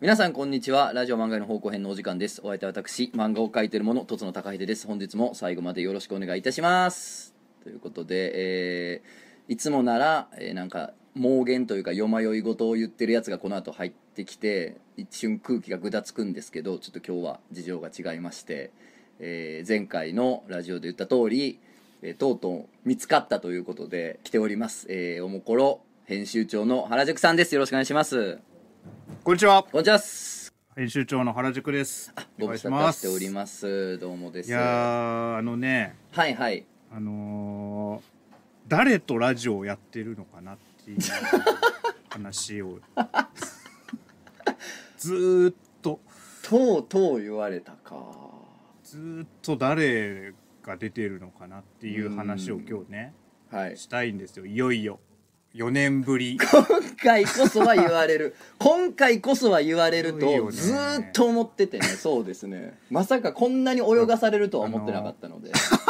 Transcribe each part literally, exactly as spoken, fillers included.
皆さんこんにちは。ラジオ漫画への方向編のお時間です。お相手は私、漫画を描いている者、とつの高秀です。本日も最後までよろしくお願いいたします。ということで、えー、いつもなら、えー、なんか妄言というかよまよい事を言ってるやつがこの後入ってきて一瞬空気がぐだつくんですけど、ちょっと今日は事情が違いまして、えー、前回のラジオで言った通り、えー、とうとう見つかったということで来ております。えー、おもころ編集長の原宿さんです。よろしくお願いします。 こんにちは。 こんにちは。 編集長の原宿です。 ご無沙汰しております。どうもです。 いやー、あのね、 はいはい。 あのー、誰とラジオをやってるのかなっていう話をずーっととうとう言われたか。 ずーっと誰が出てるのかなっていう話を今日ね、 はい、 したいんですよ。いよいよよねんぶり。 今回こそは言われる今回こそは言われるとずーっと思っててね。そうですね、まさかこんなに泳がされるとは思ってなかったので、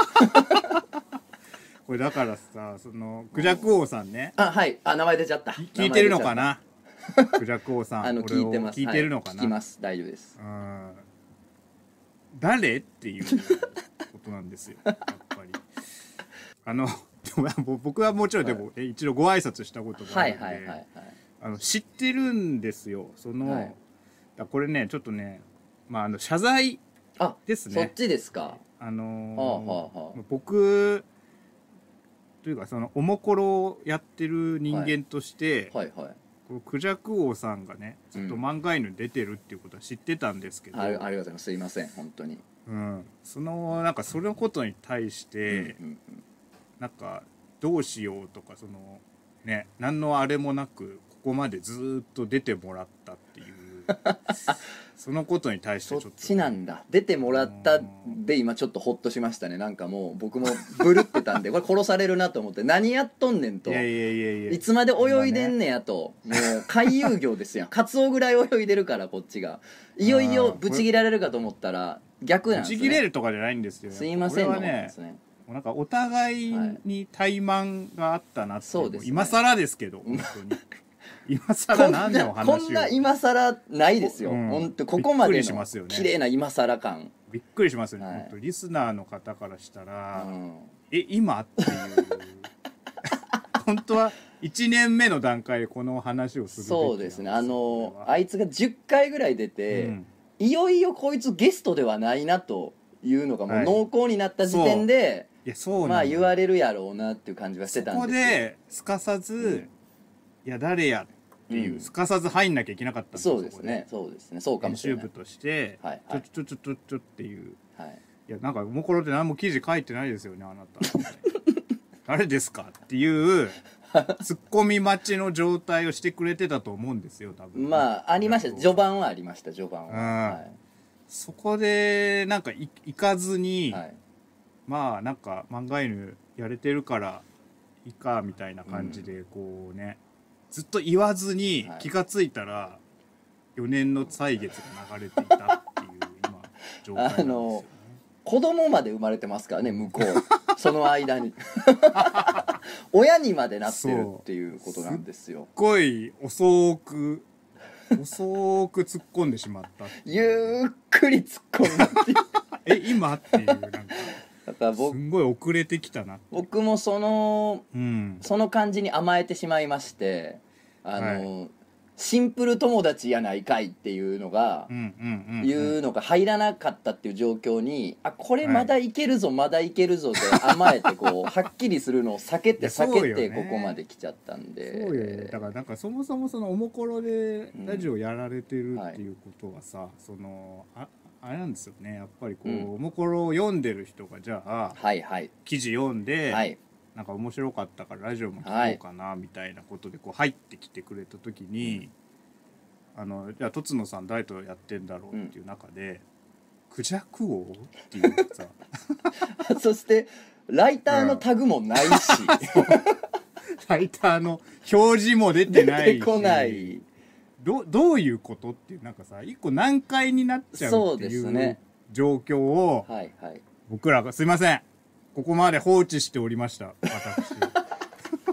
これだからさ、そのクジャク王さんね、 あ、はい、あ、名前出ちゃった。 聞いてるのかなクジャク王さん。 あの聞いてます。 聞いてるのかな、 はい、聞きます。大丈夫です。 うん、誰っていうことなんですよやっぱり。あの僕はもちろんでも、はい、一度ご挨拶したことがあるので、あの知ってるんですよ。その、はい、これねちょっとね、まあ、あの謝罪ですね。 あ、そっちですか。 あのーはあはあはあ、 僕というかそのおもころをやってる人間として、 はいはいはい、 このクジャク王さんがねずっと漫画犬に出てるっていうことは知ってたんですけど、 うん、あ, ありがとうございます。すいません本当に。 うん、そのなんかそのことに対して、うんうんうん、なんかどうしようとか、そのね、何のあれもなくここまでずっと出てもらったっていうそのことに対してちょっと、ね、 そっちなんだ。出てもらったで今ちょっとホッとしましたね。なんかもう僕もブルってたんでこれ殺されるなと思って、何やっとんねんと、いやいやいやいや、いつまで泳いでんねやと、ね、もう回遊魚ですやんカツオぐらい泳いでるからこっちがいよいよブチ切られるかと思ったら逆なんですね。 ブチ切れるとかじゃないんですよ。 すいませんのこれはね、なんかお互いに怠慢があったなっていう、はい、そうですね、今更ですけど本当に今更何の話を、 こんな今更ないですよ、うん、本当ここまでの綺麗な今更感びっくりしますよね、はい、本当リスナーの方からしたら、うん、え今っていう本当はいちねんめの段階でこの話をするべきなんですよ。そうですね、 あのあいつがじゅっかいぐらい出て、うん、いよいよこいつゲストではないなというのがもう濃厚になった時点で、はい、いやそうまあ言われるやろうなっていう感じはしてたんですよ。 そこですかさず、うん、いや誰やっていう、うん、すかさず入んなきゃいけなかったんですよ。 そうですね、そうですね、そうかもしれない。 編集部として、はいはい、ちょちょちょちょちょっていう、はい、いやなんかおもころって何も記事書いてないですよねあなた誰ですかっていうツッコミ待ちの状態をしてくれてたと思うんですよ多分。 まあありました、序盤はありました序盤は、はい、 そこでなんかい行かずに、はい、まあなんか漫画犬やれてるからいいかみたいな感じでこうね、うん、ずっと言わずに気がついたらよねんの歳月が流れていたっていう今状態なんですよね。あの子供まで生まれてますからね向こうその間に親にまでなってるっていうことなんですよ。 すっごい遅く遅く突っ込んでしまったっていうゆっくり突っ込んだっていうえ今っていうなんかだから僕すんごい遅れてきたな。 僕もその、うん、その感じに甘えてしまいまして、あの、はい、シンプル友達やないかいっていうのが、いうのが入らなかったっていう状況に、あこれまだいけるぞ、はい、まだいけるぞで甘えてこうはっきりするのを避けて避けてここまで来ちゃったんで。 そうよね。だからなんかそもそもそのおもころでラジオやられてるっていうことはさ、うんはい、そのああれなんですよね、やっぱりこう、うん、おもころを読んでる人がじゃあ、はいはい、記事読んで、はい、なんか面白かったからラジオも聞こうかな、はい、みたいなことでこう入ってきてくれた時に、うん、あのじゃあとつのさん誰とやってんだろうっていう中で、うん、クジャク王っていうさそしてライターのタグもないし、うん、 ライターの表示も出てないし出てこない。 ど, どういうことっていうなんかさ一個難解になっちゃうっていう状況を僕らがすいませんここまで放置しておりました私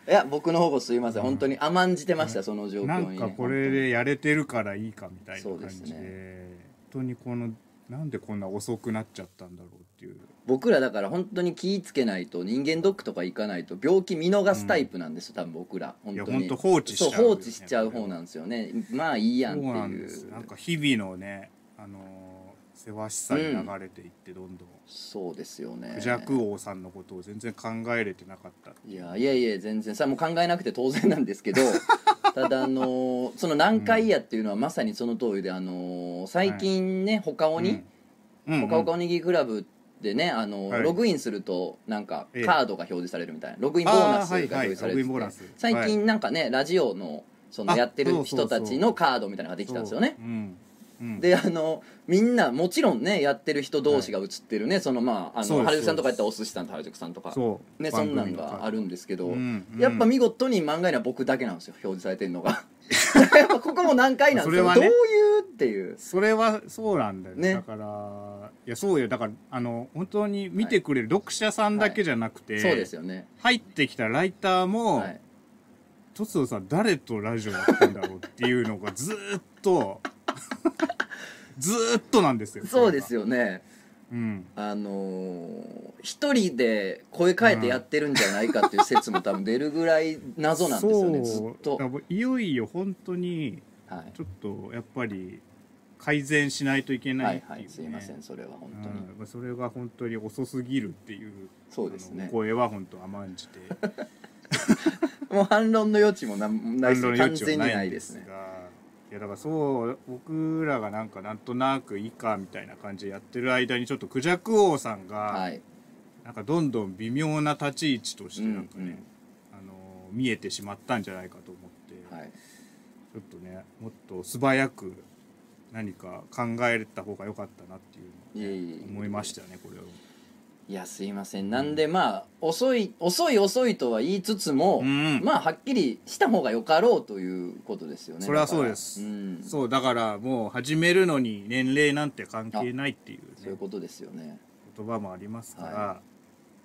いや僕の方こすいません、うん、本当に甘んじてました、その状況に、ね、 なんかこれでやれてるからいいかみたいな感じで、ね、本当にこのなんでこんな遅くなっちゃったんだろうっていう。 僕らだから本当に気ぃつけないと、人間ドックとか行かないと病気見逃すタイプなんですよ、うん、多分僕ら本当に。いや本当放置しちゃう、ね、 そう放置しちゃう方なんですよね。まあいいやんっていう。 そうなんです。なんか日々のね、あのー、せわしさに流れていってどんどん、うん、 そうですよね。 クジャク王さんのことを全然考えれてなかった。 いやいやいや全然さもう考えなくて当然なんですけどただあのー、その何回やっていうのはまさにその通りで、あのー、最近ね、はい、ほかおに、うん、ほかほかおにぎりクラブでね、あの、はい、ログインするとなんかカードが表示されるみたいな、ログインボーナスが表示されてて、はいはい、最近なんかねラジオのそのやってる人たちのカードみたいなのができたんですよね。うん、であのみんなもちろんねやってる人同士が映ってるね、はい、そのまああの原宿さんとかやったらお寿司さんと原宿さんとかそ,、ね、そんなんがあるんですけど、うんうん、やっぱ見事に漫画には僕だけなんですよ表示されてるのがやっぱここも何回なんですよ、ね、どういうっていう。 それはそうなんだよね。だからいやそうよ、だからあの本当に見てくれる読者さんだけじゃなくて、はいはい、 そうですよね、 入ってきたライターも、はい、とつおさん誰とラジオやってんだろうっていうのがずっとずーっとなんですよ。 そうですよね、 うん、 あのー、一人で声変えてやってるんじゃないかっていう説も多分出るぐらい謎なんですよね、ずっと。 いよいよ本当にちょっとやっぱり改善しないといけないっていう、ね、はいはい、 すいませんそれは本当に、 うん、それが本当に遅すぎるっていうそうですね声は本当甘んじてもう反論の余地もなないです、完全にないですね。 いやだからそう僕らがなんかなんとなくいいかみたいな感じでやってる間にちょっとクジャク王さんが、はい、なんかどんどん微妙な立ち位置としてなんかね、うんうん、あの見えてしまったんじゃないかと思って、はい、ちょっとねもっと素早く何か考えた方が良かったなっていうのを、ね、思いましたよねこれを。 いやすいません、なんでまあ遅い遅い遅いとは言いつつも、うん、まあはっきりした方がよかろうということですよね。 それはそうです、うん、そうだからもう始めるのに年齢なんて関係ないっていう、ね、 そういうことですよね。 言葉もありますから、はい、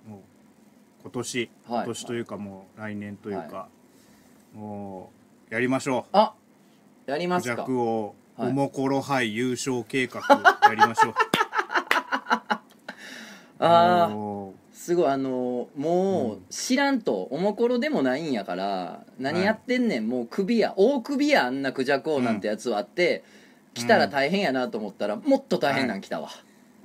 もう今年今年というかもう来年というか、はい、もうやりましょう。 あやりますか。 クジャク王おもころ杯優勝計画やりましょうああすごい、あのもう知らんと、おもころでもないんやから何やってんねん、はい、もう首や大首やあんなクジャク王なんてやつはあって、うん、来たら大変やなと思ったらもっと大変なん来たわ、はい、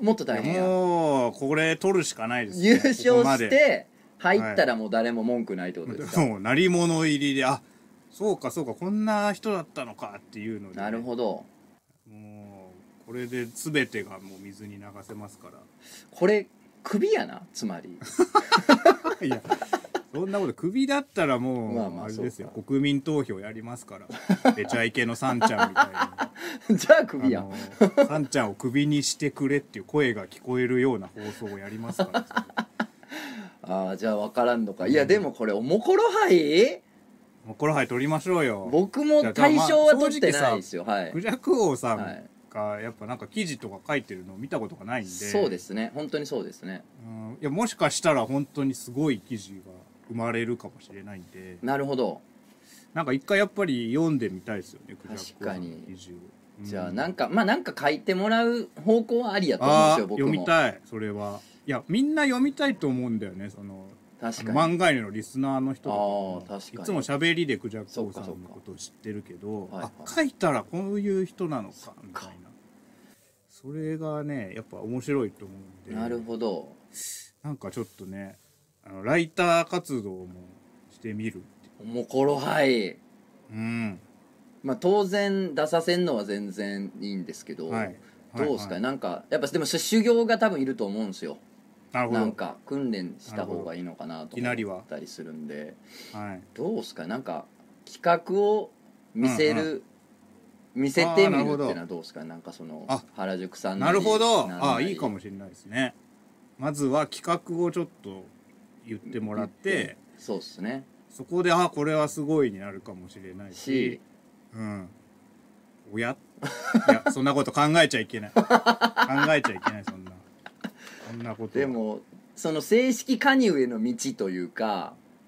もっと大変や。 もうこれ取るしかないですね。 優勝して入ったらもう誰も文句ないってことですか。 はい、そう鳴り物入りであそうかそうかこんな人だったのかっていうので、ね、 なるほど。 もうこれで全てがもう水に流せますから。 これ首やなつまりいやそんなこと首だったらもう、まあまあ、あれですよ国民投票やりますからべちゃイケのさんちゃんみたいなじゃあ首やんさんちゃんを首にしてくれっていう声が聞こえるような放送をやりますからああじゃあ分からんのか、うん、いやでもこれおもころ杯おもころ杯取りましょうよ。 僕も対象は取ってないですよ、 まあ、はい、クジャク王さん、はいかやっぱなんか記事とか書いてるのを見たことがないんで。 そうですね本当にそうですね、 うん、いやもしかしたら本当にすごい記事が生まれるかもしれないんで。 なるほど。 なんか一回やっぱり読んでみたいですよねクジャク王の記事を。うん、じゃあなんかまあなんか書いてもらう方向はありやと思うんですよ僕も。 読みたいそれは。いやみんな読みたいと思うんだよねその確かに漫画へのリスナーの人とかいつも喋りでクジャク王さんのことを知ってるけど、はいはい、あ書いたらこういう人なのかみたいな。それがねやっぱ面白いと思うんで。 なるほど。 なんかちょっとねあのライター活動もしてみるって。 おもころ杯うんまあ当然出させんのは全然いいんですけど、はい、どうですか、はいはい、なんかやっぱでも修行が多分いると思うんですよ。 なるほど。 なんか訓練した方がいいのかなと思ったりするんで、 はい、 どうですかなんか企画を見せる、うんうん見せてみるっていうのはどうですか。なんかその原宿さんなるほどああいいかもしれないですね。まずは企画をちょっと言ってもらってそうですねそこであこれはすごいになるかもしれないしうんおやいやそんなこと考えちゃいけない考えちゃいけないそんなそんなことでもその正式加入への道というか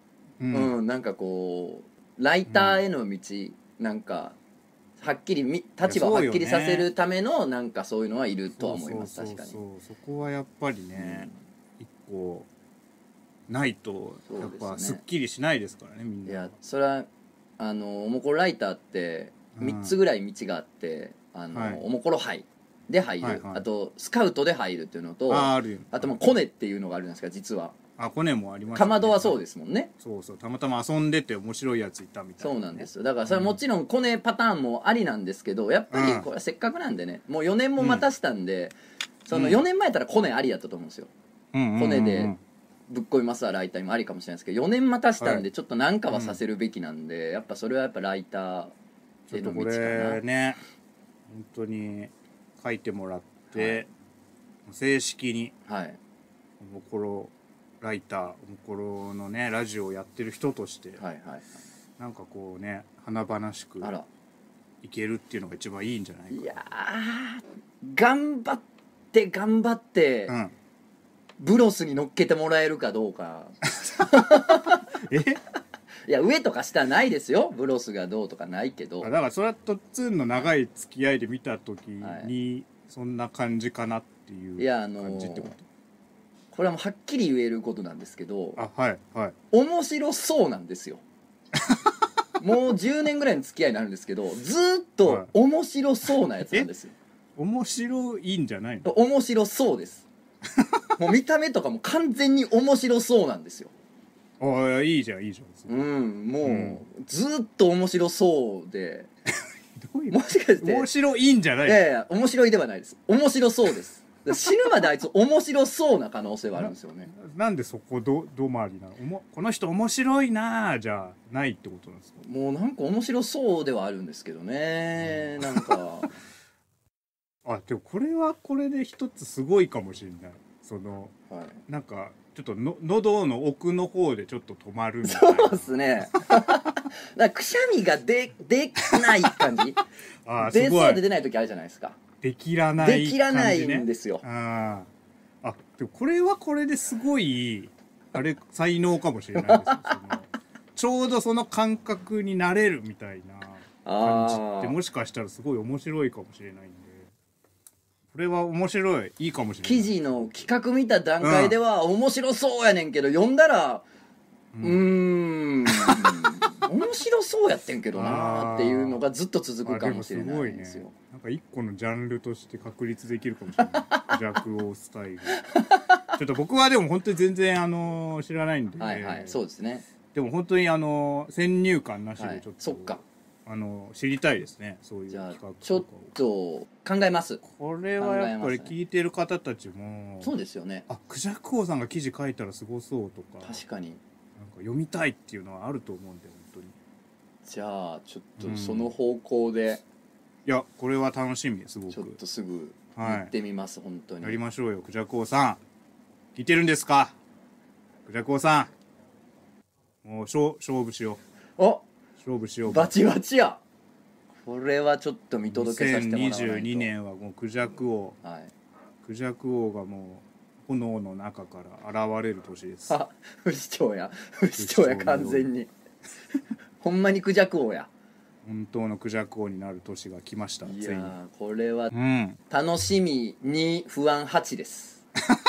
うん、うん、なんかこうライターへの道、うん、なんかはっきりみ立場をはっきりさせるためのなんかそういうのはいるとは思います。確かにそこはやっぱりね、うん、一個ないとやっぱすっきりしないですからね、みんな。 いやそれはあのおもころライターってみっつぐらい道があって、うん、あの、はい、おもころ杯で入る、はいはい、あとスカウトで入るっていうのと あ, あ, あともうコネっていうのがあるんですか、実は。 あ、コネもありますね。 かまどはそうですもんね。 そうそう、たまたま遊んでて面白いやついたみたいな、ね、 そうなんですよ。だからそれはもちろんコネパターンもありなんですけど、やっぱりこれはせっかくなんでね、もうよねんも待たしたんで、うん、そのよねんまえやったらコネありやったと思うんですよ、うん、コネでぶっ込みますわライターもありかもしれないですけど、よねん待たしたんでちょっと何かはさせるべきなんで、はい、やっぱそれはやっぱライターへの道かな。 ちょっとこれね本当に書いてもらって、はい、正式におもころライターおもころのねラジオをやってる人として、はいはいはい、なんかこうね華々しくいけるっていうのが一番いいんじゃないかな。 いやー頑張って頑張って、うん、ブロスに乗っけてもらえるかどうかえいや上とか下ないですよ、ブロスがどうとかないけど。 だからそれはとっつんの長い付き合いで見た時に、はい、そんな感じかなっていう感じってこと。いやあのーこれはもうはっきり言えることなんですけど、 あ、はいはい、 面白そうなんですよもうじゅうねんぐらいの付き合いになるんですけど、ずーっと面白そうなやつなんですよ、 はい、面白いんじゃないの？ 面白そうですもう見た目とかも完全に面白そうなんですよ。 ああ、いいじゃんいいじゃん。うんもう、うん、ずーっと面白そうでどういうもしかして面白いんじゃないの？ いやいや面白いではないです、面白そうです死ぬまであいつ面白そうな可能性はあるんですよね。 な, なんでそこどどまりなの？おもこの人面白いなじゃないってことなんですか？ もうなんか面白そうではあるんですけどね、なんかあでもこれはこれで一つすごいかもしれない。その、はい、なんかちょっとの喉の奥の方でちょっと止まるみたいな。 そうですねだくしゃみがででない感じあ出そうで出ない時あるじゃないですか。 できらない感じ、ね、 できらないんですよ。 ああでもこれはこれですごいあれ才能かもしれないですよそのちょうどその感覚になれるみたいな感じってもしかしたらすごい面白いかもしれないんで、これは面白いいいかもしれない。 記事の企画見た段階では面白そうやねんけど、読んだらうーん面白そうやってんけどなっていうのがずっと続くかもしれないんですよ。 なんか一個のジャンルとして確立できるかもしれないジャクオースタイルちょっと僕はでも本当に全然あの知らないんで、 はいはいそうですね。 でも本当にあの先入観なしでちょっと、はい、 そっかあの知りたいですね、そういう企画とかを。 ちょっと考えます。 これはやっぱり聞いてる方たちも、 そうですよね。 あ、クジャク王さんが記事書いたらすごそうとか、 確かになんか読みたいっていうのはあると思うんで本当に。 じゃあちょっとその方向で、うん、いやこれは楽しみすごく。 ちょっとすぐ行ってみます、はい、本当にやりましょうよ。クジャク王さん聞いてるんですか？クジャク王さんもう勝負しよう。 お勝負しよう。 バチバチや。これはちょっと見届けさせてもらわないと。 にせんにじゅうにねんはもうクジャク王、はい、クジャク王がもう炎の中から現れる年です。 あ、不死鳥や不死鳥や完全にほんまにクジャク王や。 本当のクジャク王になる年が来ました。 いやこれは楽しみに不安はちです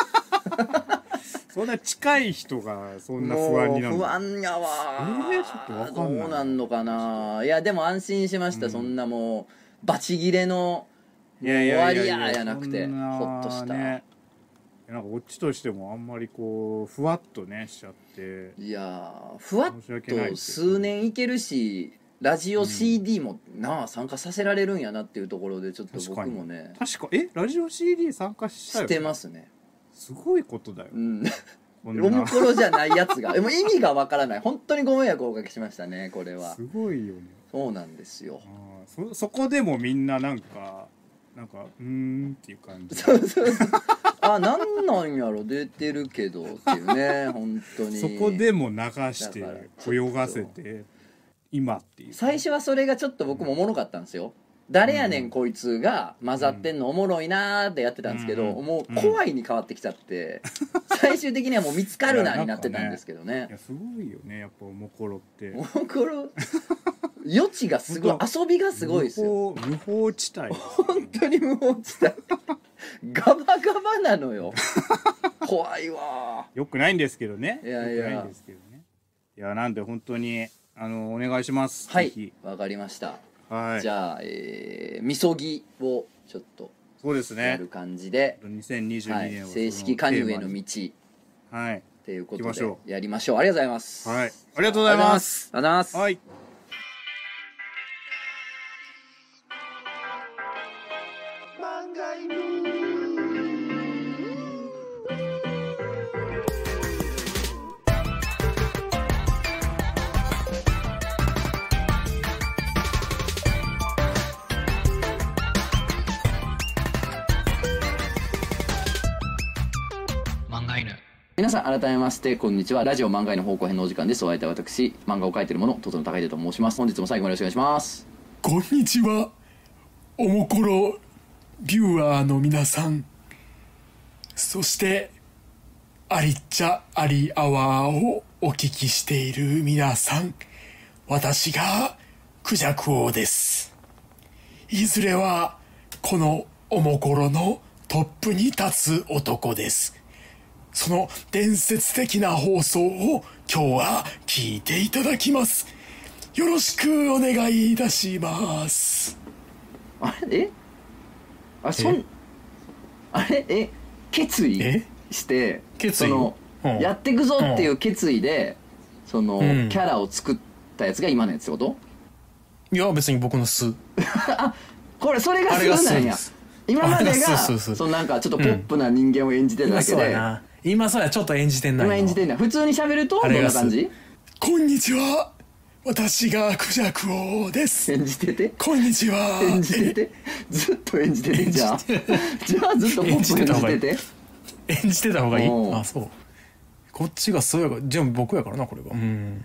そんな近い人がそんな不安になるの？ 不安やわー、えー、ちょっと分かんない。 どうなんのかな。いやでも安心しました、うん、そんなもうバチギレの終わりややなくてほっとした、ね、 なんかこっちとしてもあんまりこうふわっとねしちゃって。 いやふわっと数年いけるしラジオ シーディー もなあ参加させられるんやなっていうところでちょっと僕もね。 確かえラジオ シーディー 参加したよ、ね、 してますね。 すごいことだよ、うん、 おもころじゃないやつがでも意味がわからない。本当にご迷惑をおかけしましたねこれは。 すごいよね。 そうなんですよ。 あ そ, そこでもみんななんかなんかうーんっていう感じ。 そうそうそうあなんなんやろ出てるけどっていうね本当に。 そこでも流して泳がせて今っていう。 最初はそれがちょっと僕もおもろかったんですよ。 誰やねんこいつが混ざってんのおもろいなーってやってたんですけど、 うんもう怖いに変わってきちゃって、うん、最終的にはもう見つかるなになってたんですけどね。 いや、すごいよねやっぱおもころって。 おもころ余地がすごい、遊びがすごいですよ。 無法地帯、ね、 本当に無法地帯ガバガバなのよ怖いわ。 よくないんですけどね。 いやいや、 よくないんですけどね。いや、なんで本当にあのお願いします。 はい、わかりました。はい、じゃあ、えー、みそぎをちょっとそうですねやる感じで、 にせんにじゅうにねんは、 はい、正式加入への道、 はい、 っていうことでやりましょう。ありがとうございます。 はい、ありがとうございます。 ありがとうございます。 はい。 皆さん改めましてこんにちは。ラジオ漫画への方向編のお時間です。お相手は私、漫画を描いている者とつの高秀と申します。本日も最後までよろしくお願いします。 こんにちは、おもころビューアーの皆さん、そしてありっちゃありアワーをお聞きしている皆さん、私がクジャク王です。いずれはこのおもころのトップに立つ男です。その伝説的な放送を今日は聞いていただきます。よろしくお願いいたします。 あれえあそんあれえ決意して決意その、うん、やっていくぞっていう決意で、うん、その、うん、キャラを作ったやつが今のやつってこと？ いや別に僕の素あ、これそれが素なんや。今までがそのなんかちょっとポップな人間を演じてただけで、 うん今そうや、ちょっと演じてんな。 今演じてんな。普通に喋るとどんな感じ？ こんにちは、私がクジャク王です。 演じてて。 こんにちは。 演じてて。ずっと演じてて。じゃあじゃあずっとポップ演じてて。 演じてた方がいい。あ、そう。こっちがそうやから、じゃあ僕やからなこれが。うん。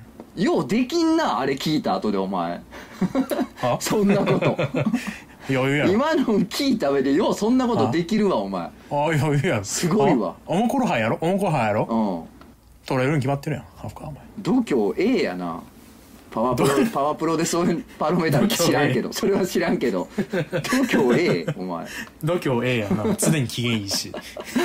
ようできんな、あれ聞いた後でお前。そんなこと。 余裕やろ。 今の聞いた上でようそんなことできるわお前。ああ余裕や。 すごいわ。 おもころはんやろ。おもころはんやろ。うん。取れるに決まってるやん。ハフかお前。 度胸 A やな。パワープロパワープロでそういうパロメーター知らんけどそれは知らんけど度胸 A お前。 度胸 A やな。常に機嫌いいし。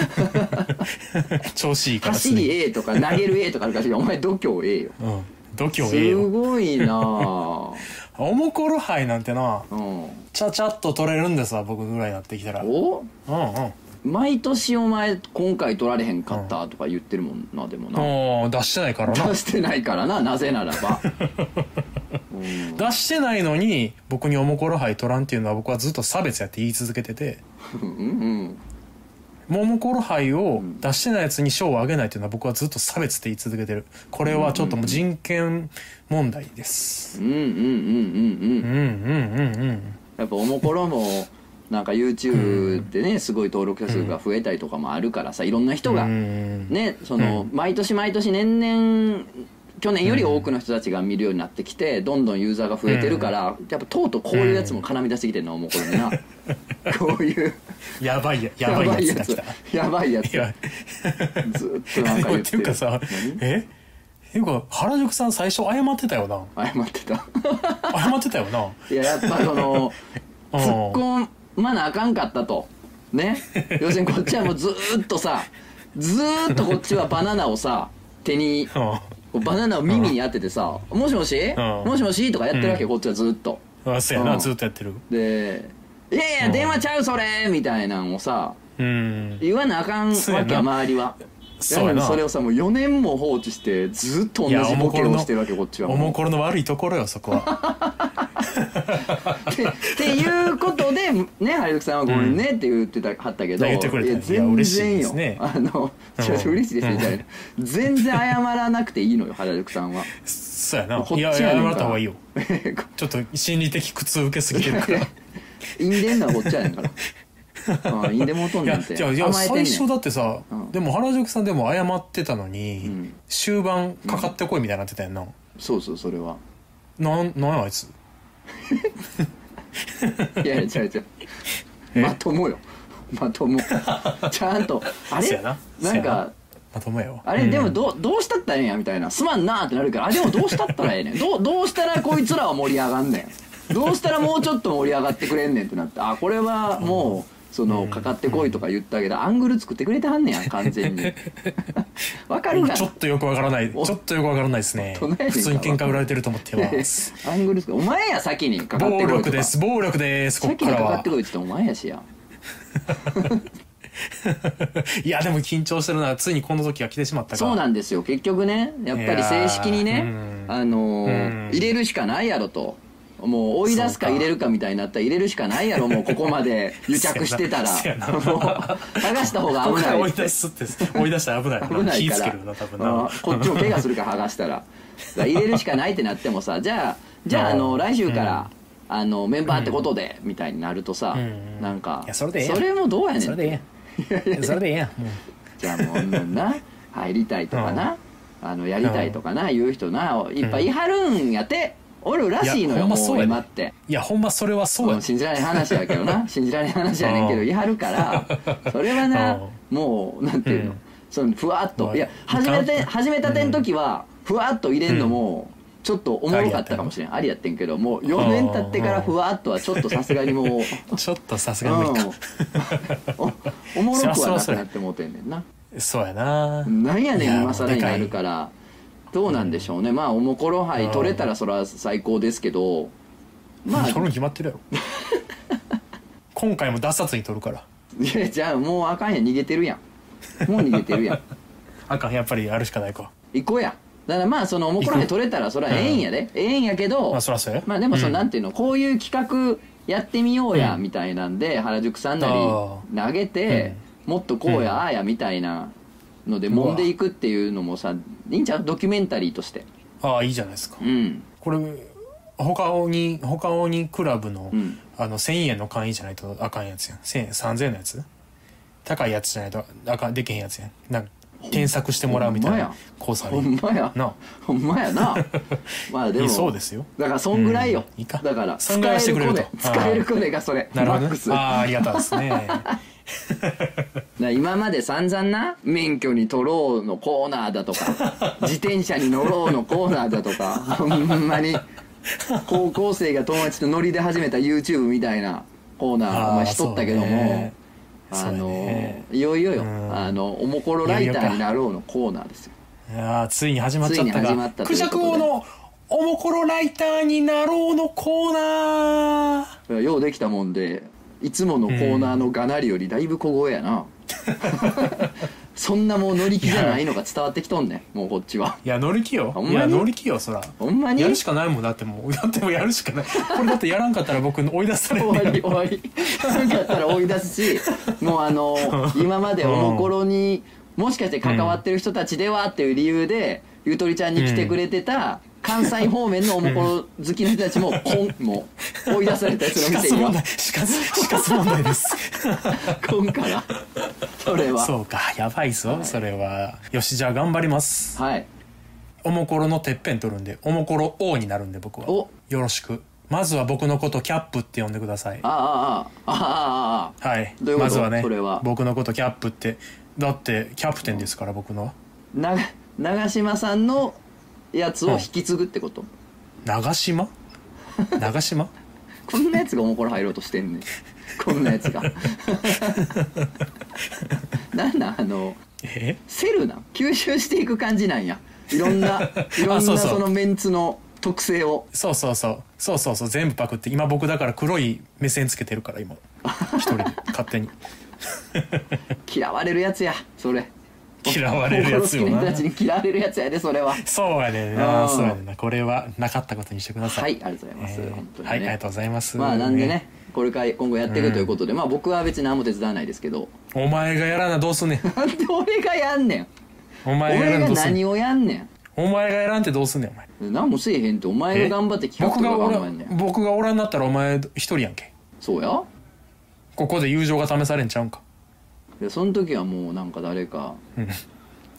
調子いいから。 走り A とか投げる A とかあるからお前度胸 A よ。 うん。度胸 A よ。 すごいなあ。 おもころ杯なんてな、うん、ちゃちゃっと取れるんですわ僕ぐらいになってきたら。 お、 うんうん、 毎年お前今回取られへんかったとか言ってるもんな、うん、でもな。 出してないからな。 出してないからな、なぜならば、 うん、出してないのに僕におもころ杯取らんっていうのは僕はずっと差別やって言い続けててうん、うんおもころ杯を出してないやつに賞をあげないっていうのは僕はずっと差別って言い続けてる。これはちょっともう人権問題です。 うんうんうんうんうんうんうんうん。やっぱおもころもなんか YouTube でねすごい登録者数が増えたりとかもあるからさ、いろんな人がねその毎年毎年年々去年より多くの人たちが見るようになってきてどんどんユーザーが増えてるから、やっぱとうとうこういうやつも絡み出してきてるのおもころにな。こういうやばいややばいやつが来た。 やばいやつずっとなんか言ってる。 っていうかさ、えっていうか原宿さん最初謝ってたよな。 謝ってた謝ってたよな。 いややっぱその突っ込まなあかんかったとね。要するにこっちはもうずーっとさずーっとこっちはバナナをさ手にバナナを耳に当ててさ「もしもしもしもし」とかやってるわけ、こっちはずっと。 あそうやな、ずっとやってる。 で「いやいや電話ちゃうそれ」みたいなのをさ言わなあかんわけ周りは。そうやな。それをさもうよねんも放置してずっと同じボケをしてるわけ、こっちは。 おもころの悪いところよそこは。 っていうことでね、原宿さんはごめんねって言ってたはったけど、 言ってくれた。 全然よ、あのちょっと嬉しいですみたいな。全然謝らなくていいのよ原宿さんは。 そうやな。いや謝った方がいいよ。ちょっと心理的苦痛受けすぎてるから。 いんでんのはこっちやねんから。ああいんでもとんなんて。 いやいや最初だってさ、うん、でも原宿さんでも謝ってたのに、うん、終盤かかってこいみたいになってたやんな、うん、 そうそうそれはなんなんあいついやいや違う違う、まともよ、まともちゃんとあれな、なんかまともやわあれ、うん、でもどどうしたったらええんやみたいな、すまんなーってなるから、あでもどうしたったらええねんどうどうしたらこいつらは盛り上がんねんどうしたらもうちょっと盛り上がってくれんねんってなって、あこれはもうそのかかってこいとか言ったけど、アングル作ってくれてはんねや完全にわかるかな。 ちょっとよくわからない、ちょっとよくわからないですね。普通に喧嘩売られてると思ってますアングルお前や先にかかってこいとか、 暴力です暴力です、こっからは先にかかってこいって言ってお前やしやいやでも緊張してるな、ついにこの時が来てしまったか。 そうなんですよ、結局ね、やっぱり正式にね、あのー、入れるしかないやろと、もう追い出すか入れるかみたいになったら入れるしかないやろ、もうここまで癒着してたらもう剥がした方が危ない追い出すって追い出したら危ない危ないから、こっちも怪我するから剥がしたら入れるしかないってなってもさ、じゃあじゃああの来週からあのメンバーってことでみたいになるとさ、なんかそれもどうやねん、 それでええやんそれでええやんじゃあもうな入りたいとかな、あのやりたいとかな言う人ないっぱいいはるんやておるらしいのよ、もう今って。 いやほんまそれはそうや、 信じられない話やけどな信じられない話やねんけどいはるから、それはなもうなんていうの、そのふわっと、いや始めて始めたての時はふわっと入れんのもちょっとおもろかったかもしれん、ありやってんけど、もうよねん経ってからふわっとはちょっとさすがにもうちょっとさすがに無理かおもろくはなくなってもうてんねんな。 そうやな、 なんやねん今更になるから、どうなんでしょうね、まあおもころ杯取れたらそれは最高ですけど、 まあ取るに決まってるやろ今回も脱札に取るから。 いやじゃあもうあかんやん、逃げてるやんもう逃げてるやんあかん、やっぱりやるしかないか、 行こうや。だからまあそのおもころ杯取れたらそれはええんやで、ええんやけど、 まあそらそうや、 まあでもそのなんていうの、こういう企画やってみようやみたいなんで原宿さんなり投げて、もっとこうやああやみたいなので揉んでいくっていうのもさ、いいんちゃう、ドキュメンタリーとして。 ああいいじゃないですか、 うん、 これ他に他にクラブの、 うん、 あのせんえんの会員じゃないとあかんやつやん、せんえんさんぜんえんのやつ、高いやつじゃないとあかんできへんやつやん、なんか添削してもらうみたいなコースある。 ほんまやな、ほんまやなまあでもそうですよ、だからそんぐらいよ、うん、いいか、だからそんぐらいしてくれると使えるコネがそれ、 なるほど、ね、ああありがたいですね今まで散々な免許に取ろうのコーナーだとか自転車に乗ろうのコーナーだとかほんまに高校生が友達と乗りで始めた YouTube みたいなコーナーお前しとったけども、あのいよいよよ、あのおもころライターになろうのコーナーですよ。 いやついに始まっちゃったか、クジャク王のおもころライターになろうのコーナー、ようできたもんでいつものコーナーのがなりよりだいぶ小声やな、そんなもう乗り気じゃないのが伝わってきとんねん、もうこっちは。 いや乗り気よ、いや乗り気よ、そらほんまにやるしかないもん、だってもうだってもうやるしかないこれだってやらんかったら僕追い出される終わり終わりやらんかったら追い出すし、もうあの今までおもころにもしかして関わってる人たちではっていう理由でゆとりちゃんに来てくれてた関西方面のおもころ好きの人たちもこんもう追い出されたやつの店には死活死活問題です今からそれはそうか、やばいぞ、はい、それは。よし、じゃあ頑張ります。 はい、 おもころのてっぺん取るんで、おもころ王になるんで僕はよろしく。まずは僕のことキャップって呼んでください。 ああああああ、 はい、 どういうこと、 まずはね、 それは僕のことキャップって、だってキャプテンですから、僕のはな長嶋さんのやつを引き継ぐってこと、うん、 長嶋長嶋こんなやつがおもころ入ろうとしてんねんこんなやつがなんなんあのえセルな吸収していく感じなんや、いろんないろんなそのメンツの特性を。 そうそうそうそうそうそう全部パクって、今僕だから黒い目線つけてるから今一人で勝手に嫌われるやつやそれ、 嫌われるやつよな、 好きな人たちに嫌われるやつやでそれは。 そうやねんな、そうやねんな、これはなかったことにしてください。 はい、ありがとうございます、えー、本当にね、 はい、ありがとうございます。 まあなんでね、これから今後やっていくということで、うん、まあ僕は別に何も手伝わないですけど。 お前がやらなどうすんねんなんで俺がやんねん、 お前がやらんどうすんねん、 何をやんねん、 お前がやらんってどうすんねん、お前何もせえへんって、お前が頑張って企画とか考えんねん。 僕がおらんなったらお前一人やんけ。 そうや、 ここで友情が試されんちゃうんか。 でその時はもうなんか誰か、 うん、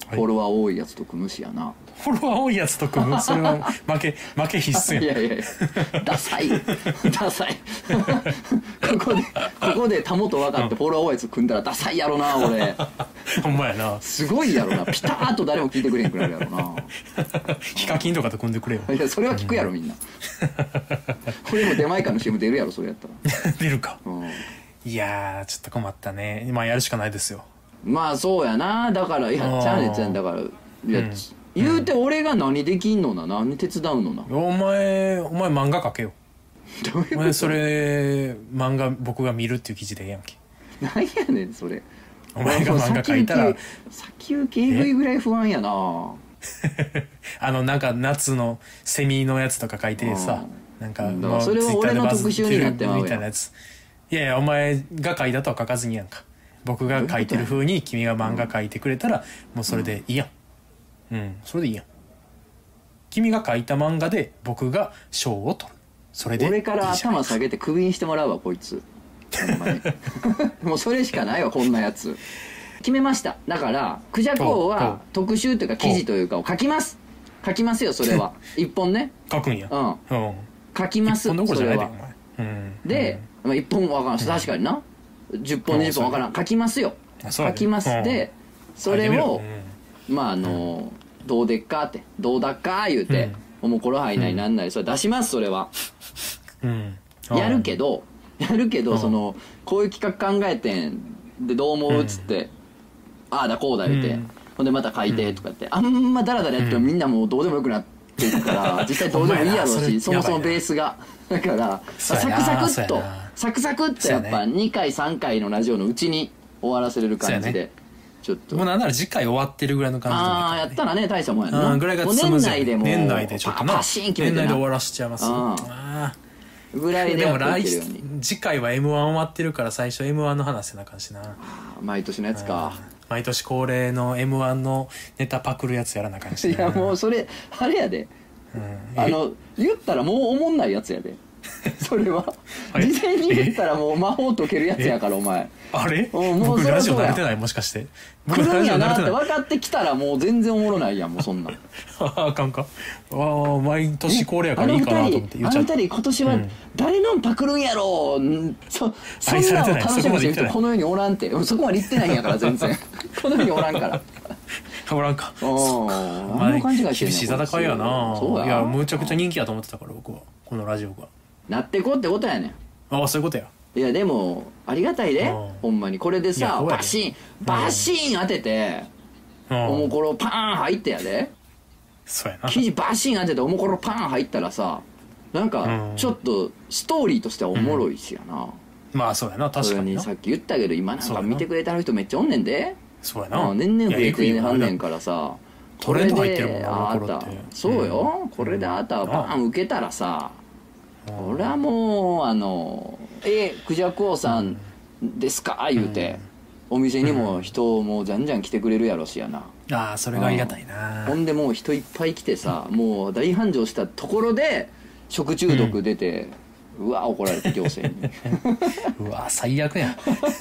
フォロワー多いやつと組むしやな。 フォロワー多いやつと組む、それは負け負け必須やん。 いやいやいやダサいダサいここでここでたもと分かってフォロワー多いやつ組んだらダサいやろな俺。 ほんまやな。 すごいやろな、ピターッと誰も聞いてくれへんくなるやろな。 ヒカキンとかと組んでくれよ。 いやそれは聞くやろみんな。これも出前館の シーエム 出るやろそれやったら。 出るか、 うん、 いやーちょっと困ったね。まあやるしかないですよ。 まあそうやな。だからいやちゃうねんちゃうねんだからいや、うん、言うて俺が何できんのな、何手伝うのな。 お前お前漫画描けよ。 どういうこと？ お前それ漫画僕が見るっていう記事でええやんけ。 なんやねんそれ。 お前が漫画描いたら先行きえぐいぐらい不安やな。 あのなんか夏のセミのやつとか書いてさ、なんかもうそれは俺の特集になってまうやんみたいなやつ。いやいやお前が書いたとは書かずにやんか。僕が書いてる風に君が漫画書いてくれたらもうそれでいいやん。うん、それでいいやん。君が書いた漫画で僕が賞を取る。それでいい。 俺から頭下げてクビにしてもらうわこいつ。ほんまにもうそれしかないわこんなやつ。決めました。だからクジャコウは特集というか記事というかを書きます。書きますよそれは。一本ね。 書くんや。 うん。 うん、 書きます。 一本どころじゃないでそれは。 お前。うん、 で、まあ、一本わからん。確かにな。じゅっぽんにじゅっぽんわからん。書きますよ。書きます。で、それをまああのどうでっかってどうだっか言うて、おもころはいないなんないそれ出しますそれは。 うん。 やるけどやるけどそのこういう企画考えてんでどう思うっつって、ああだこうだ言うて、ほんでまた書いてとかってあんまダラダラやってもみんなもうどうでもよくなっていくから実際どうでもいいやろうしそもそもベースがだからサクサクっとサクサクっとやっぱにかいさんかいのラジオのうちに終わらせれる感じでちょっともうなんなら次回終わってるぐらいの感じでああやったらね大したもんやなぐらいがもう年内でも年内でちょっとなパシーン決めてな年内で終わらしちゃいますああぐらいででも来来次回は エムワン 終わってるから最初 エムワン の話せなあかんしな。 毎年のやつか。 毎年恒例の エムワン のネタパクるやつやらなあかんしな。 いやもうそれあれやで、うん、あの言ったらもうおもんないやつやでそれは事前に言ったらもう魔法解けるやつやからお前あれもう僕ラジオ慣れてないもしかして来るんやなって分かってきたらもう全然おもろないやんもうそんなんあかんかああ毎年恒例やからいいかなと思って言っちゃった。 あの二人今年は誰のパクるんやろう、うん、そそんなの楽しみにしてる人この世におらんてそこまで言ってないんやから全然この世におらんからおらんかおあの勘違いしてんねん厳しい戦いやな。そうやいやむちゃくちゃ人気やと思ってたから僕はこのラジオがなってこってことやねん。 ああそういうことや。 いやでもありがたいでほんまにこれでさバシンバシン当てておもころパーン入ってやでそうやな生地バシン当てておもころパーン入ったらさなんかちょっとストーリーとしてはおもろいしやな、うん、 まあそうやな確かにな。 さっき言ったけど今なんか見てくれてる人めっちゃおんねんで。 そうやな年々増えてはんねんからさトレンド入ってるもんなあったそうよ、うん、これであなたはバーン受けたらさ、うん、俺はもうあのえクジャク王さんですか言うて、うん、お店にも人もじゃんじゃん来てくれるやろしやな。 ああそれがありがたいな。 ほんでもう人いっぱい来てさ、うん、もう大繁盛したところで食中毒出て、うん、うわ怒られて行政にうわ最悪やん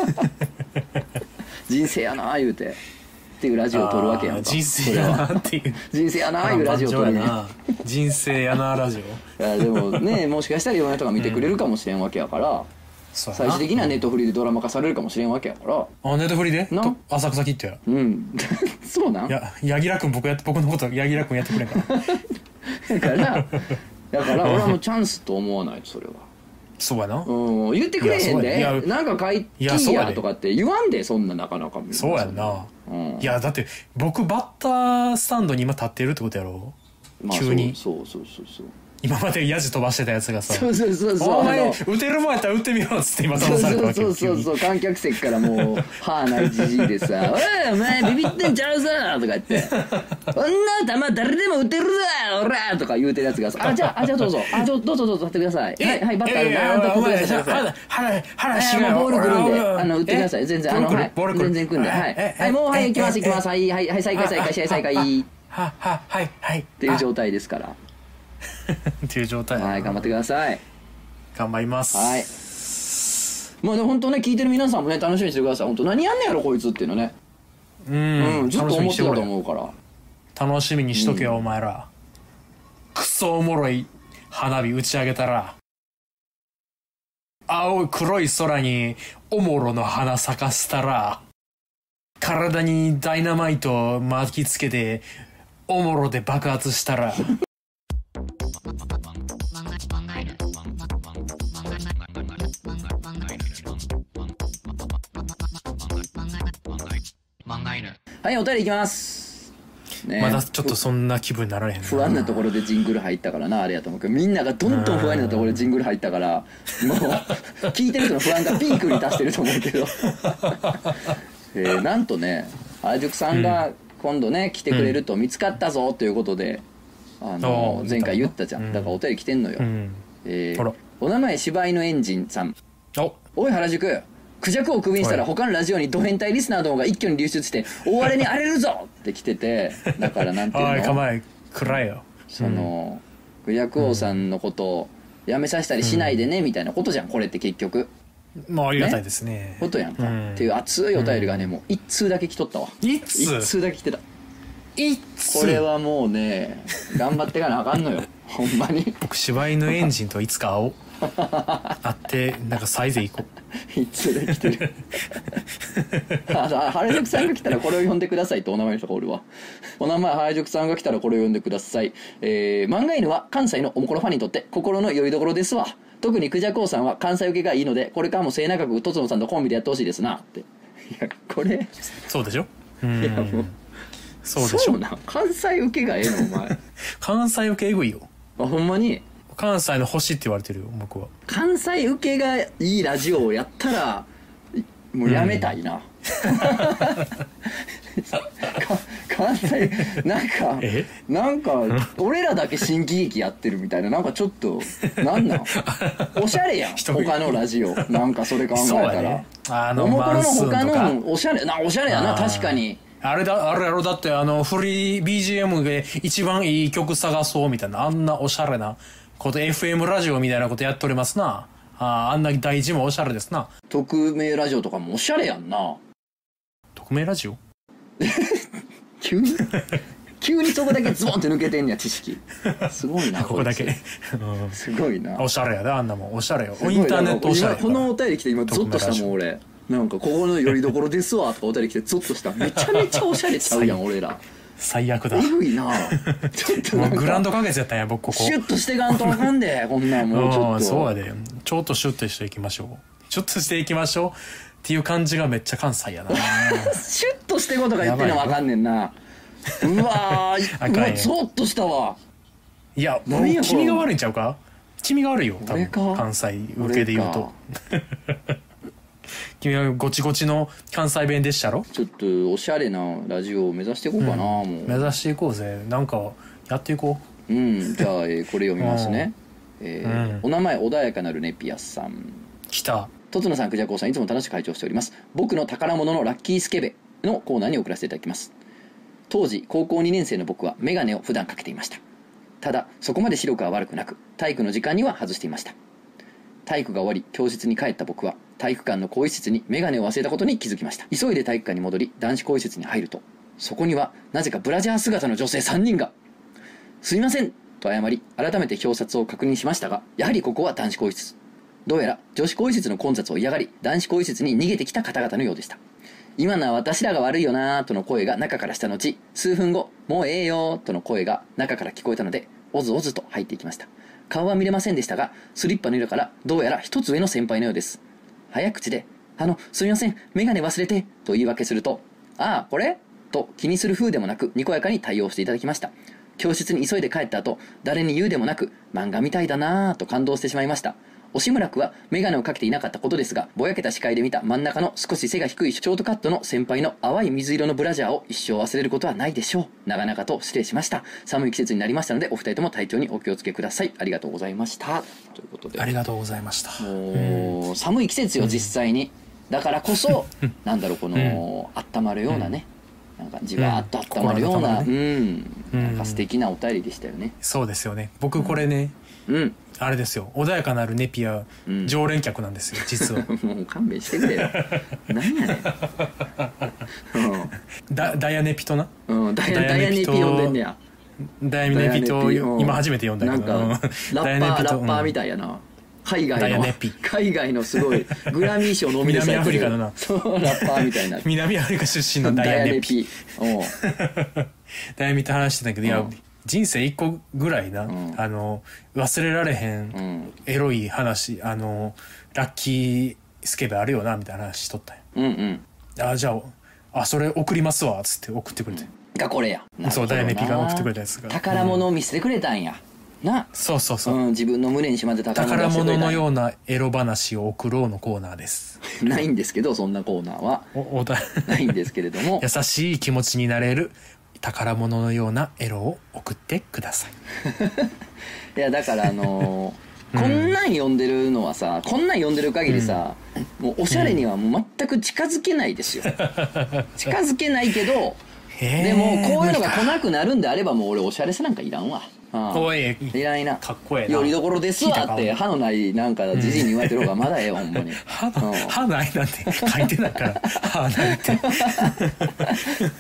人生やな言うてっていうラジオを撮るわけやんか。 人生やなっていう人生やないうラジオを撮るね人生やなラジオ。 いやでもねもしかしたらいろんな人が見てくれるかもしれんわけやから、うん、最終的にはネットフリでドラマ化されるかもしれんわけやから。 あネットフリでな浅草キッドやうんそうなんや柳楽君僕やって僕のこと柳楽君やってくれんからだからだから俺はもうチャンスと思わないとそれは。 そうやな、 うん、言ってくれへんでなんか書いてやとかって言わんでそんななかなかそうやんな、うん、いやだって僕バッタースタンドに今立ってるってことやろ、まあ、急にそうそうそうそう今までヤジ飛ばしてたやつがさそうそうそうそうお前打てるもんやったら打ってみようっつって今倒されたわけそうそうそうそう観客席からもう歯ないじじいでさ「おいお前ビビってんちゃうぞ」とか言って「こんな球誰でも打てるぞおら」とか言うてるやつがさ「あじゃああじゃあどうぞあどうぞどうぞどうぞ立ってくださいはいはいバッターバーンと振ってください腹腹しがボールくるんであの打ってください全然あのはい全然くんではいはいもうはい行きます行きますはいはいはい再開再開試合再開はははいはいっていう状態ですからっていう状態はい頑張ってください。 頑張ります。 はいまあでも本当ね聞いてる皆さんもね楽しみにしてください。本当何やんねやろこいつっていうのねうん、 うん、ずっと思ってたと思うから。 楽しみにしとけよ、うん、お前ら。クソおもろい花火打ち上げたら、青い黒い空におもろの花咲かせたら、体にダイナマイト巻きつけておもろで爆発したらはい、お便りいきます、 ね、まだちょっとそんな気分になられへんな。 不安なところでジングル入ったからな、あれやと思うけど、みんながどんどん不安なところでジングル入ったから、もう聞いてる人の不安がピークに達してると思うけどえー、なんとね原宿さんが今度ね、うん、来てくれると見つかったぞということで、あの前回言ったじゃん、うん、だからお便り来てんのよ、うん、えー、お名前柴犬エンジンさん。おおい原宿、クジャクをクビにしたら他のラジオにド変態リスナーどもが一挙に流出して大荒れに荒れるぞって来てて、だからなんていうのおい構え暗いよ、 その、うん、クジャク王さんのことをやめさせたりしないでね、うん、みたいなことじゃんこれって結局。 まあありがたいですね、ねことやんか、うん、っていう熱いお便りがね、もう一通だけ来とったわ。 一通一通だけ来てた。 一通これはもうね頑張ってかなあかんのよほんまに。 僕柴犬エンジンといつか会おう会ってなんかサイズ行こう一通で来てるあ原宿さんが来たらこれを呼んでくださいとお名前の人がおるわ。お名前原宿さんが来たらこれを呼んでください。えー、漫画犬は関西のおもころファンにとって心の拠り所ですわ。特にクジャコウさんは関西受けがいいのでこれからも末永くとつのさんとコンビでやってほしいですなって。いやこれそうでしょ。うんいやもうそうでしょ。 そうな関西受けがええのお前関西受けえぐいよ。 あほんまに関西の星って言われてるよ僕は。 関西受けがいいラジオをやったらもうやめたいな、うん関西なんかなんか俺らだけ新喜劇やってるみたいな、なんかちょっとなんなんおしゃれやん他のラジオなんかそれ考えたら、ね、あのおもころの他のおしゃれなおしゃれやな確かに。 あれだあれやろだってあのフリー ビージーエム で一番いい曲探そうみたいなあんなおしゃれなこと エフエム ラジオみたいなことやっておりますな。ああんな大事もおしゃれですな。 匿名ラジオとかもおしゃれやんな。 匿名ラジオ急に急にそこだけズボンって抜けてんねや知識すごいなここだけ、うん、 すごいな。 おしゃれやであんなもんおしゃれよ。インターネットおしゃれ。 このお便り来て今ゾッとしたもん俺。なんかここのよりどころですわとかお便り来てゾッとした。めちゃめちゃおしゃれちゃうやん俺ら。 最悪だ。 えぐいな。 ちょっとなんかグランド花月やったんや僕ここ。 シュッとしてかんとあかんでこんなんもうちょっと。 そうやで。ちょっとシュッとしていきましょう。シュッとしていきましょうっていう感じがめっちゃ関西やな。 シュッとしてことが言ってんのわかんねんな。うわーうわゾッとしたわ。 いやもう君が悪いんちゃうか。君が悪いよ多分関西受けで言うと。君はゴチゴチの関西弁でしたろ。 ちょっとおしゃれなラジオを目指していこうかな、うん、もう目指していこうぜ。なんかやっていこう。うんじゃあ、えー、これ読みますね、えーうん、お名前穏やかなるネピアスさん。 来た。 とつのさんクジャコウさんいつも楽しく会長しております。僕の宝物のラッキースケベのコーナーに送らせていただきます。当時高校にねん生の僕はメガネを普段かけていました。ただそこまで視力は悪くなく体育の時間には外していました。体育が終わり教室に帰った僕は体育館の更衣室にメガネを忘れたことに気づきました。急いで体育館に戻り男子更衣室に入るとそこにはなぜかブラジャー姿の女性さんにんが。すいませんと謝り改めて表札を確認しましたがやはりここは男子更衣室。どうやら女子更衣室の混雑を嫌がり男子更衣室に逃げてきた方々のようでした。今のは私らが悪いよなーとの声が中からした後数分後もうええよーとの声が中から聞こえたのでおずおずと入っていきました。顔は見れませんでしたがスリッパの色からどうやら一つ上の先輩のようです。早口であのすみませんメガネ忘れてと言い訳するとああこれと気にする風でもなくにこやかに対応していただきました。教室に急いで帰った後誰に言うでもなく漫画みたいだなぁと感動してしまいました。惜しむらくはメガネをかけていなかったことですがぼやけた視界で見た真ん中の少し背が低いショートカットの先輩の淡い水色のブラジャーを一生忘れることはないでしょう。長々と失礼しました。寒い季節になりましたのでお二人とも体調にお気をつけください。ありがとうございましたということで。 ありがとうございました。 もう寒い季節よ実際に、だからこそなんだろうこの、うん、温まるようなね、なんかじわーっと温まるような、うん、うん、 なんか素敵なお便りでしたよね。 そうですよね。僕これね、うん、あれですよ、穏やかなるネピア、うん、常連客なんですよ実は。 もう勘弁してくれよ。何やねん。 ダ, ダイヤネピとな、 うん、ダイヤダイヤネピ呼んでんねや。 ダイヤネピと今初めて呼んだけど、 なんかラッパーラッパーみたいやな。海外の海外のすごいグラミー賞ノミネート南アフリカのな、 そうラッパーみたいな。 南アフリカ出身のダイヤネピ。ダイヤネピと話してたけど、いや人生一個ぐらいな、うん、あの忘れられへん、うん、エロい話、あのラッキースケベあるよなみたいな話しとったんよ。うんうん。あじゃああそれ送りますわっつって送ってくれて。 うん、がこれや。 そうダイヤネピが送ってくれたやつが。 宝物を見せてくれたんや。うん、な。 そうそうそう。 うん、自分の胸にしまって宝物宝物のようなエロ話を送ろうのコーナーです。 ないんですけどそんなコーナーは。おおだないんですけれども。 優しい気持ちになれる。宝物のようなエロを送ってください。 いやだからあのーうん、こんなん読んでるのはさ、こんなん読んでる限りさ、うん、もうおしゃれにはもう全く近づけないですよ。近づけないけど、でもこういうのが来なくなるんであればもう俺おしゃれさなんかいらんわ。 おいいらんな。 かっこええな。 よりどころですわって歯のないなんかじじいに言われてる方がまだええよ、ほんまに。 歯歯ないなんて書いてないから歯ないって。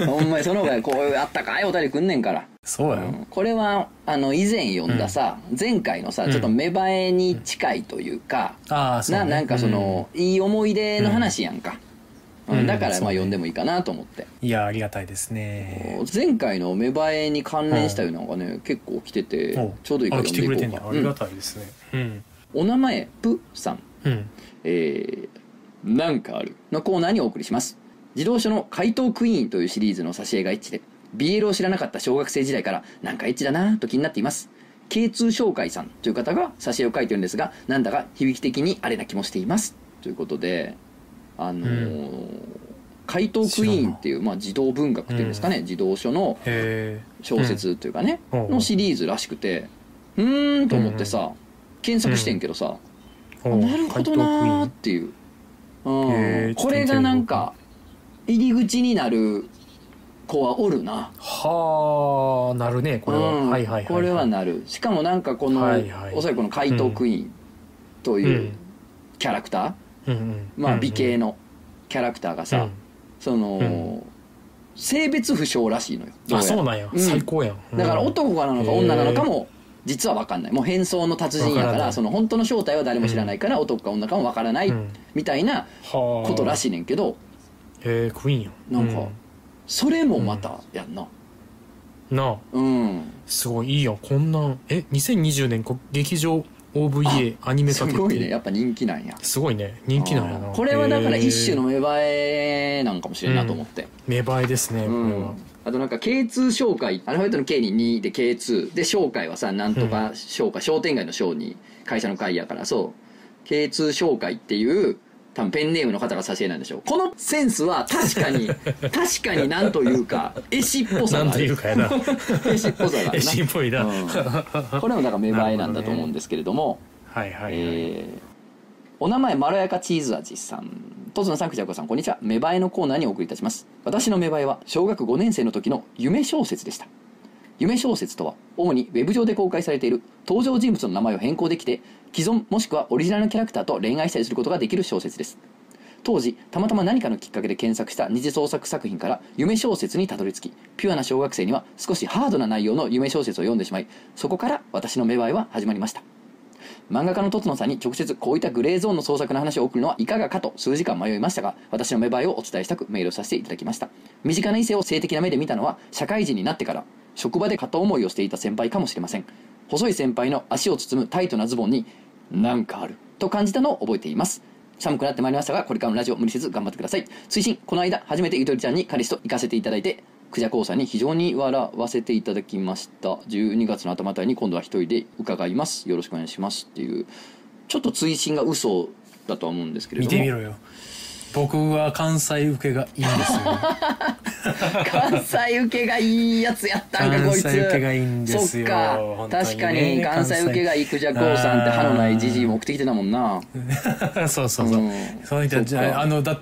ほんまにその方がこういうあったかいお便りくんねんから。 そうや、うん、 これはあの以前読んださ、うん、前回のさちょっと芽生えに近いというか、うん、ああそうね、ななんかその、うん、いい思い出の話やんか。うんうん、だからまあ読んでもいいかなと思って、 いやありがたいですね。 前回の芽生えに関連したようなのがね結構来てて、ちょうどいいから読んでいこうか。 ありがたいですね、うん、 お名前プさん、うん、えー、なんかあるのコーナーにお送りします。児童書の怪盗クイーンというシリーズの挿絵がエッチで ビーエル を知らなかった小学生時代からなんかエッチだなと気になっています。ケーツー 紹介さんという方が挿絵を描いてるんですが、なんだか響き的にあれな気もしていますということで、あのーうん、怪盗クイーンっていう、まあ、児童文学っていうんですかね、うん、児童書の小説というかね、うん、のシリーズらしくて、うーんと思ってさ、うん、検索してんけどさ、うん、なるほどなーっていう、うん、これがなんか入り口になる子はおるな。 はあ、なるねこれは、うん、はいはいはい、はい、 これはなる。しかもなんかこの、はいはい、おそらくこの怪盗クイーンというキャラクター、うんうん、まあ美形のキャラクターがさ、うん、その、うん、性別不詳らしいのよ。 あ、そうなんや、うん、最高やん、 だから男なのか女なのかも実は分かんない。もう変装の達人やから、その本当の正体は誰も知らないから、うん、男か女かも分からない、うん、みたいなことらしいねんけど、 へえクイーンやん。 なんか、うん、それもまたやんな、 うん、なあ、うん、すごいいいやんこんなん。えにせんにじゅうねん劇場オーブイエー アニメ化決定。 すごいね、やっぱ人気なんや。 すごいね、人気なんやな。 これはだから一種の芽生えなんかもしれんなと思って、うん、 芽生えですね、 うん、これは。あとなんか ケーツー 紹介、アルファベットの K ににで ケーツー で紹介はさ、なんとか紹介、うん、商店街の商に会社の会やから、そう ケーツー 紹介っていう多分ペンネームの方が挿絵なんでしょう。このセンスは確かに確かになんというか絵師っぽさがある。 なんというかやな絵師っぽさがあるな。 絵師っぽいな、うん、 これもなんか芽生えなんだと思うんですけれども、 はいはいはい、 えー、お名前まろやかチーズ味さん、とつのさん、くじゃこさん、こんにちは。芽生えのコーナーにお送りいたします。私の芽生えは小学ごねん生の時の夢小説でした。夢小説とは主にウェブ上で公開されている登場人物の名前を変更できて既存もしくはオリジナルのキャラクターと恋愛したりすることができる小説です。当時たまたま何かのきっかけで検索した二次創作作品から夢小説にたどり着き、ピュアな小学生には少しハードな内容の夢小説を読んでしまい、そこから私の芽生えは始まりました。漫画家のとつのさんに直接こういったグレーゾーンの創作の話を送るのはいかがかと数時間迷いましたが、私の芽生えをお伝えしたくメールをさせていただきました。身近な異性を性的な目で見たのは社会人になってから、職場で片思いをしていた先輩かもしれません。細い先輩の足を包むタイトなズボンになんかあると感じたのを覚えています。寒くなってまいりましたが、これからのラジオ無理せず頑張ってください。追伸、この間初めてゆとりちゃんに彼氏と行かせていただいて、クジャコウさんに非常に笑わせていただきました。じゅうにがつの頭あたりに今度は一人で伺います。よろしくお願いしますっていう、ちょっと追伸が嘘だとは思うんですけれども、 見てみろよ。僕は関西受けがいいんですよ関西受けがいいやつやったんかこいつ。 関西受けがいいんですよ。 そっか、ね、確かに関西受けがいいクジャコウさんって歯のないじじい目的てたもんなそうそうそう、うん、その人じゃあのだって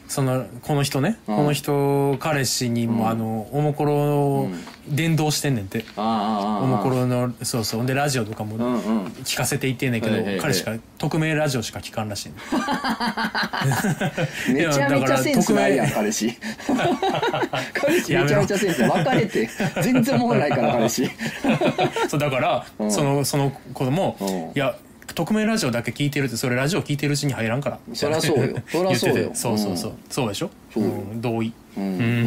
そのこの人ね、うん、この人彼氏にも、うん、あのおもころを伝道してんねんって、うん、おもころのそうそうでラジオとかも聞かせていってんねんけど、うんうん、彼しか匿名ラジオしか聞かんらしいねめちゃめちゃセンスないやん彼氏彼氏めちゃめちゃセンスない別れて全然思わないから彼氏そうだから、うん、そのその子供、うん、いや匿名ラジオだけ聞いてるってそれラジオ聞いてるうちに入らんからそりゃそうよそりゃそうよそうそうそう、うん、そうでしょそう、うん、同意うん、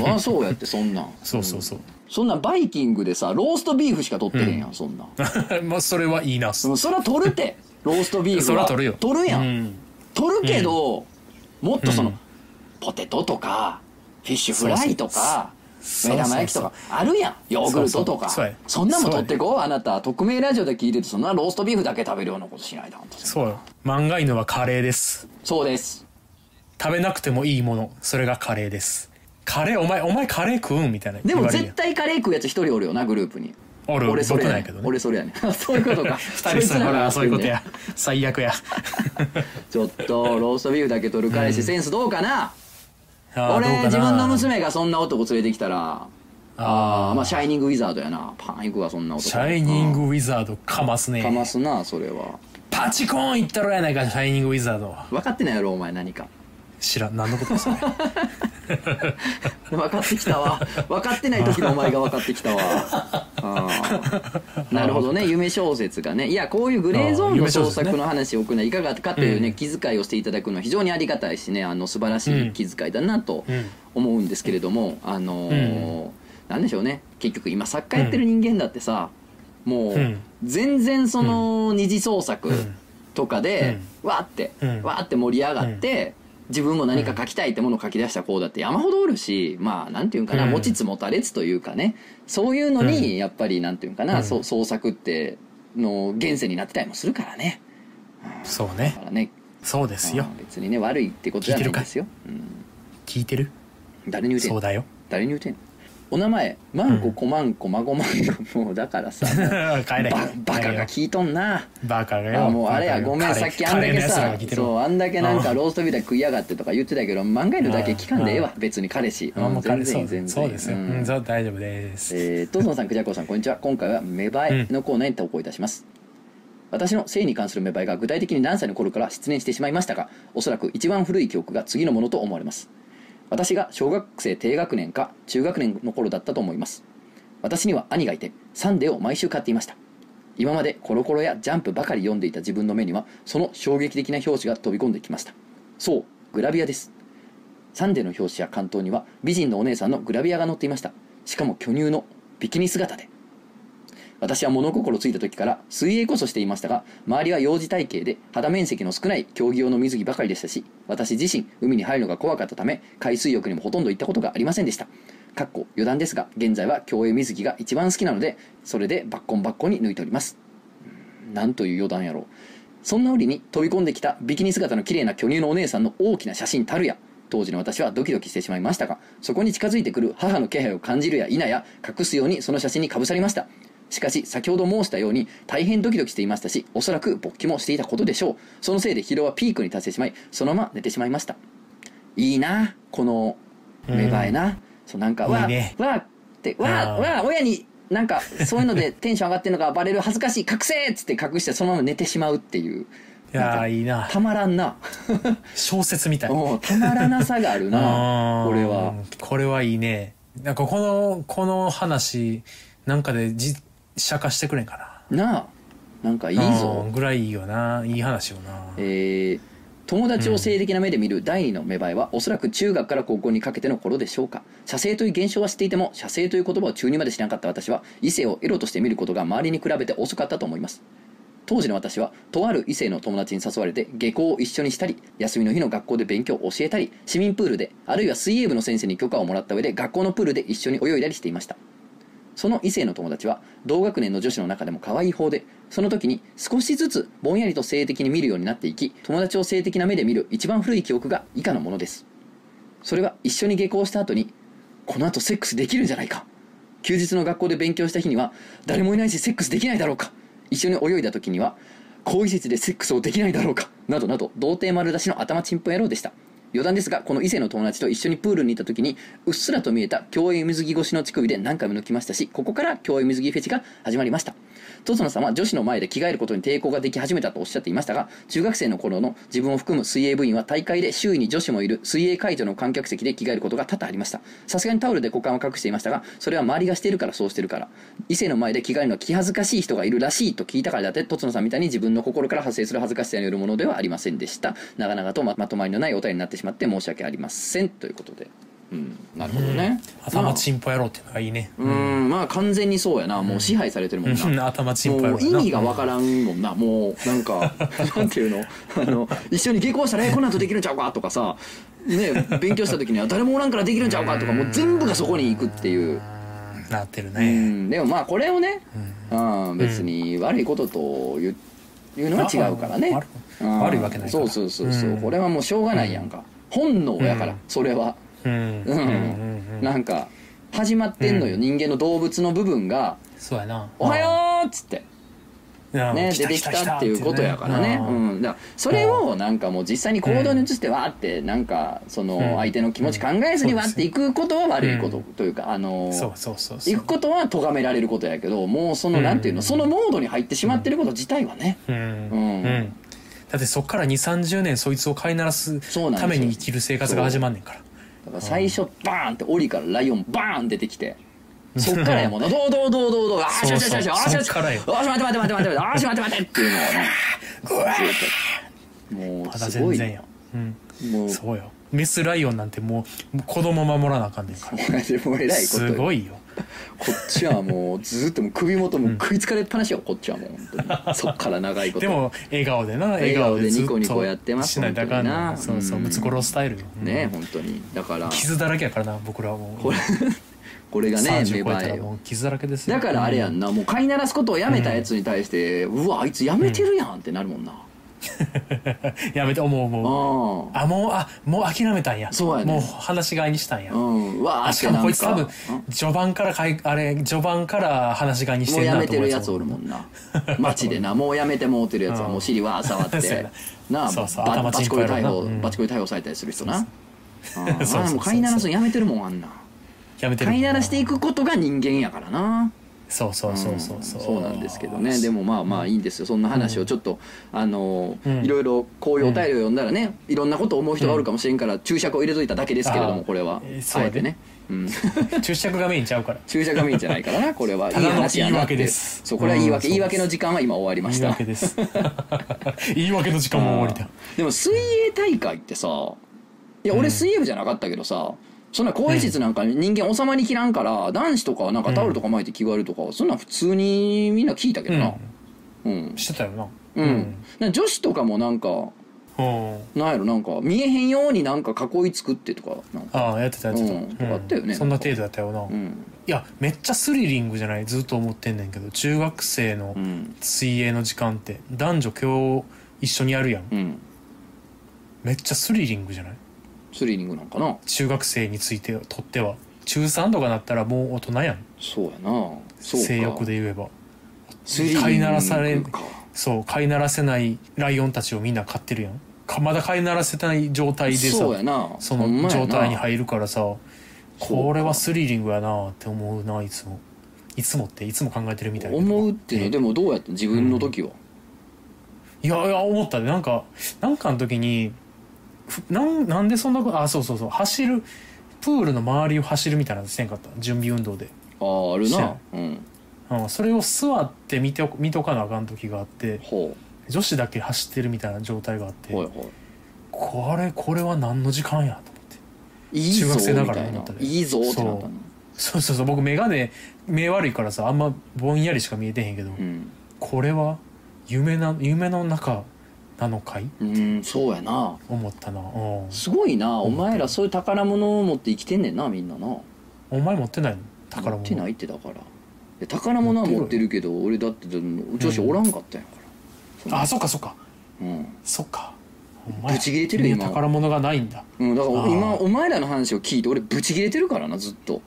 ああそうやってそんなんそうそうそうそんなバイキングでさローストビーフしか取ってへんやん、うん、そんなまあそれはいいなそれは取るってローストビーフはそれは取るよ取るやん、うん、取るけど、うん、もっとその、うん、ポテトとかフィッシュフライとか目玉焼きとかあるやんヨーグルトとか そ, う そ, う そ, そんなもん取ってこうあなた匿名ラジオで聞いててそんなローストビーフだけ食べるようなことしないでそうよ漫画犬はカレーですそうです食べなくてもいいものそれがカレーですカレーお前お前カレー食うんみたいなでも絶対カレー食うやつ一人おるよなグループにおる俺それやねんけどね俺それやねんそういうことか二人それほらそういうことや最悪やちょっとローストビーフだけ取る彼氏、うん、センスどうかな俺自分の娘がそんな男連れてきたらああまあシャイニングウィザードやなパン行くわそんな男シャイニングウィザードかますねかますなそれはパチコーンいったろやないかシャイニングウィザード分かってないやろお前何か知らん何のことそれ分かってきたわ分かってない時のお前が分かってきたわあなるほどね夢小説がねいやこういうグレーゾーンの創作の話を置くのはいかがかというね、うん、気遣いをしていただくのは非常にありがたいしねあの素晴らしい気遣いだなと思うんですけれども、うん、あのーうん、なんでしょうね結局今作家やってる人間だってさ、うん、もう全然その二次創作とかでわーって、うん、わーって盛り上がって、うん自分も何か書きたいってものを書き出した子だって山ほどおるしまあなんていうんかな、うん、持ちつ持たれつというかねそういうのにやっぱりなんていうんかな、うん、そ創作っての現世になってたりもするからね、 うん、そうねだからねそうですよ別にね悪いってことじゃないんですよ聞いてる、 うん、誰に言うてんのそうだよ誰に言うてんのお名前マンココマンコマゴマンコもうだからさバ, バカが聞いとんなバカがよあもうあれやごめんさっきあんだけさそうあんだけなんかローストビーフ食いやがってとか言ってたけど漫画犬だけ聞かんでええわ別に彼氏うん全然全然そうですようん大丈夫ですえートゾンさんクジャコさんこんにちは今回は芽生えのコーナーに投稿いたします私の性に関する芽生えが具体的に何歳の頃から失念してしまいましたがおそらく一番古い記憶が次のものと思われます私が小学生低学年か中学年の頃だったと思います。私には兄がいてサンデーを毎週買っていました。今までコロコロやジャンプばかり読んでいた自分の目にはその衝撃的な表紙が飛び込んできました。そうグラビアです。サンデーの表紙や関東には美人のお姉さんのグラビアが載っていました。しかも巨乳のビキニ姿で。私は物心ついた時から水泳こそしていましたが周りは幼児体型で肌面積の少ない競技用の水着ばかりでしたし私自身海に入るのが怖かったため海水浴にもほとんど行ったことがありませんでした。かっこ余談ですが現在は競泳水着が一番好きなのでそれでバッコンバッコンに抜いております。なんという余談やろう。そんな折に飛び込んできたビキニ姿の綺麗な巨乳のお姉さんの大きな写真たるや当時の私はドキドキしてしまいましたがそこに近づいてくる母の気配を感じるや否や隠すようにその写真にかぶさりました。しかし先ほど申したように大変ドキドキしていましたしおそらく勃起もしていたことでしょう。そのせいで疲労はピークに達してしまいそのまま寝てしまいました。いいなこの芽生えな、うん、そうなんかわいいね、 わってわわ親になんかそういうのでテンション上がってるのがバレる恥ずかしい隠せっつって隠してそのまま寝てしまうっていういやいいなたまらんな小説みたいたまらなさがあるなこれはこれはいいね。なんかこのこの話なんかで実写化してくれんかななあなんかいいぞぐらいいいよないい話よな。 えー友達を性的な目で見る第二の芽生えは、うん、おそらく中学から高校にかけての頃でしょうか。射精という現象は知っていても射精という言葉を中にまで知らなかった私は異性をエロとして見ることが周りに比べて遅かったと思います。当時の私はとある異性の友達に誘われて下校を一緒にしたり休みの日の学校で勉強を教えたり市民プールであるいは水泳部の先生に許可をもらった上で学校のプールで一緒に泳いだりしていました。その異性の友達は同学年の女子の中でも可愛い方でその時に少しずつぼんやりと性的に見るようになっていき友達を性的な目で見る一番古い記憶が以下のものです。それは一緒に下校した後にこの後セックスできるんじゃないか、休日の学校で勉強した日には誰もいないしセックスできないだろうか、一緒に泳いだ時には更衣室でセックスをできないだろうかなどなど童貞丸出しの頭チンポ野郎でした。 余談ですが、この異性の友達と一緒にプールに行った時にうっすらと見えた競泳水着越しの乳首で何回も抜きましたし、ここから競泳水着フェチが始まりました。とつのさんは女子の前で着替えることに抵抗ができ始めたとおっしゃっていましたが、中学生の頃の自分を含む水泳部員は大会で周囲に女子もいる水泳会場の観客席で着替えることが多々ありました。さすがにタオルで股間を隠していましたが、それは周りがしているからそうしてるから、異性の前で着替えるのは気恥ずかしい人がいるらしいと聞いたからだって、とつのさんみたいに自分の心から発生する恥ずかしさによるものではありませんでした。長々と ま, まとまりのないお便りになってしまって申し訳ありませんということで、うん、なるほどね。 頭チンポ野郎っていうのがいいね。 うん、まあ完全にそうやな。もう支配されてるもんな。 うん、頭チンポ野郎。 もう意味がわからんもんな。もうなんかなんていうの、あの一緒に下校したらえこの後できるんちゃうかとかさ、ね、勉強した時には誰もおらんからできるんちゃうかとか、もう全部がそこに行くっていう。 なってるね。 うん、でもまあこれをね、うん、別に悪いことと言うのは違うからね。 悪いわけないから。 そうそうそうそう、うん、これはもうしょうがないやんか。うん、本能やから、うん、それは。うん、うん、なんか始まってんのよ、うん、人間の動物の部分がそうやな、 おはようっつってね、出てきたっていうことやからね。うん、だからそれをなんかもう実際に行動に移してわーってなんかその相手の気持ち考えずにわっていくことは悪いことというか、あの行くことは咎められることやけど、もうそのなんていうの、そのモードに入ってしまってること自体はね、うん、 だってそっからにじゅうさんじゅうねんそいつを飼いならすために生きる生活が始まんねんから。 だから最初バーンって檻からライオンバーン出てきて、そっからやもんな、どうどうどうどうどう、あーしゃしゃしゃしゃ、あーしゃしゃ、あーし待て待て待て待て、あーし待て待てっていうのがね、もうすごい。まだ全然よ。 うん。もうそうよ。メスライオンなんてもう子供守らなあかんねんから。 もう偉いこと。 すごいよ。 こっちはもうずっともう首元も食いつかれっぱなしよ、こっちはもう本当に。そっから長いこと。 でも笑顔でな、 笑顔でニコニコやってます。 しないとあかんな。そうそう、ムツゴロウスタイルよ。 ね、本当に。だから傷だらけやからな、僕らはもう。 これこれがね、芽生えよ。傷だらけですよ。 だからあれやんな、もう飼いならすことをやめたやつに対して、うわあいつやめてるやんってなるもんな。 やめて思う思う。あもうあもう諦めたんや。 そうやね。 もう話し飼いにしたんや。 うん。わあしかもこいつ多分序盤からかいあれ序盤から話し飼いにしてるなと思う。 もうやめてるやつおるもんな。街でな、もうやめてもうてるやつはもう尻わー触ってなあ、バチコリ逮捕バチコリ逮捕されたりする人な。ああもう飼いならすのやめてるもんあんな。 やめてる。 飼いならしていくことが人間やからな。 そうそうそうそうそう、そうなんですけどね。でもまあまあいいんですよ、そんな話をちょっとあのいろいろこういうお便りを読んだらね、いろんなことを思う人がおるかもしれんから注釈を入れといただけですけれども、これはあえてね、 注釈がメインちゃうから、 注釈がメインじゃないからな、これはいい話やなって。そう、これは言い訳、言い訳の時間は今終わりました。 言い訳です言い訳の時間も終わりだ。 でも水泳大会ってさ、いや俺水泳部じゃなかったけどさ、そんな更衣室なんか人間収まりきらんから、男子とかはなんかタオルとか巻いて着替えるとか、そんなん普通にみんな聞いたけどな。うん。 してたよな。 うん。女子とかもなんか、なんやろ、なんか見えへんようになんか囲い作ってとか、なんか。 ああ、やってたやってた。 うん。とかあったよね。 そんな程度だったよな。うん。いや、めっちゃスリリングじゃない？ずっと思ってんねんけど、中学生の水泳の時間って男女今日一緒にやるやん。うん。めっちゃスリリングじゃない？ スリリングなんかな。 中学生についてとっては中さんとかなったらもう大人やん。 そうやな。そうか。 性欲で言えば飼いならされそう飼いならせないライオンたちをみんな飼ってるやんか。まだ飼いならせない状態でさ、 そうやな、 その状態に入るからさ、これはスリリングやなって思うな。いつもいつもっていつも考えてるみたいな。 思うってね。でもどうやって自分の時は、 うん、いやいや思ったね。なんかなんかの時になん、なんでそんなこと、あ、そうそうそう、走る、プールの周りを走るみたいなのしてんかった。準備運動で。 ああ、あるな。うん。 うん、それを座って見てお、見とかなあかん時があって、 ほう女子だけ走ってるみたいな状態があって、 ほいほいこれ、これは何の時間やと思って。 いいぞ中学生だから思ったで。いいぞってなったの。 そうそうそう、僕眼鏡、目悪いからさ、あんまぼんやりしか見えてへんけど、うん、これは夢な、夢の中、なのかい？ うん、そうやな。 思ったな。うん。 すごいな。お前らそういう宝物を持って生きてんねんな、みんなな。 お前持ってないの？宝物。 持ってないってだから。宝物は持ってるけど、俺だって女子おらんかったんやから。 うん、あ、そっかそっか。 うん。 そっか。 ブチ切れてる今。 宝物がないんだ。 うん、だから今お前らの話を聞いて俺ブチ切れてるからなずっと。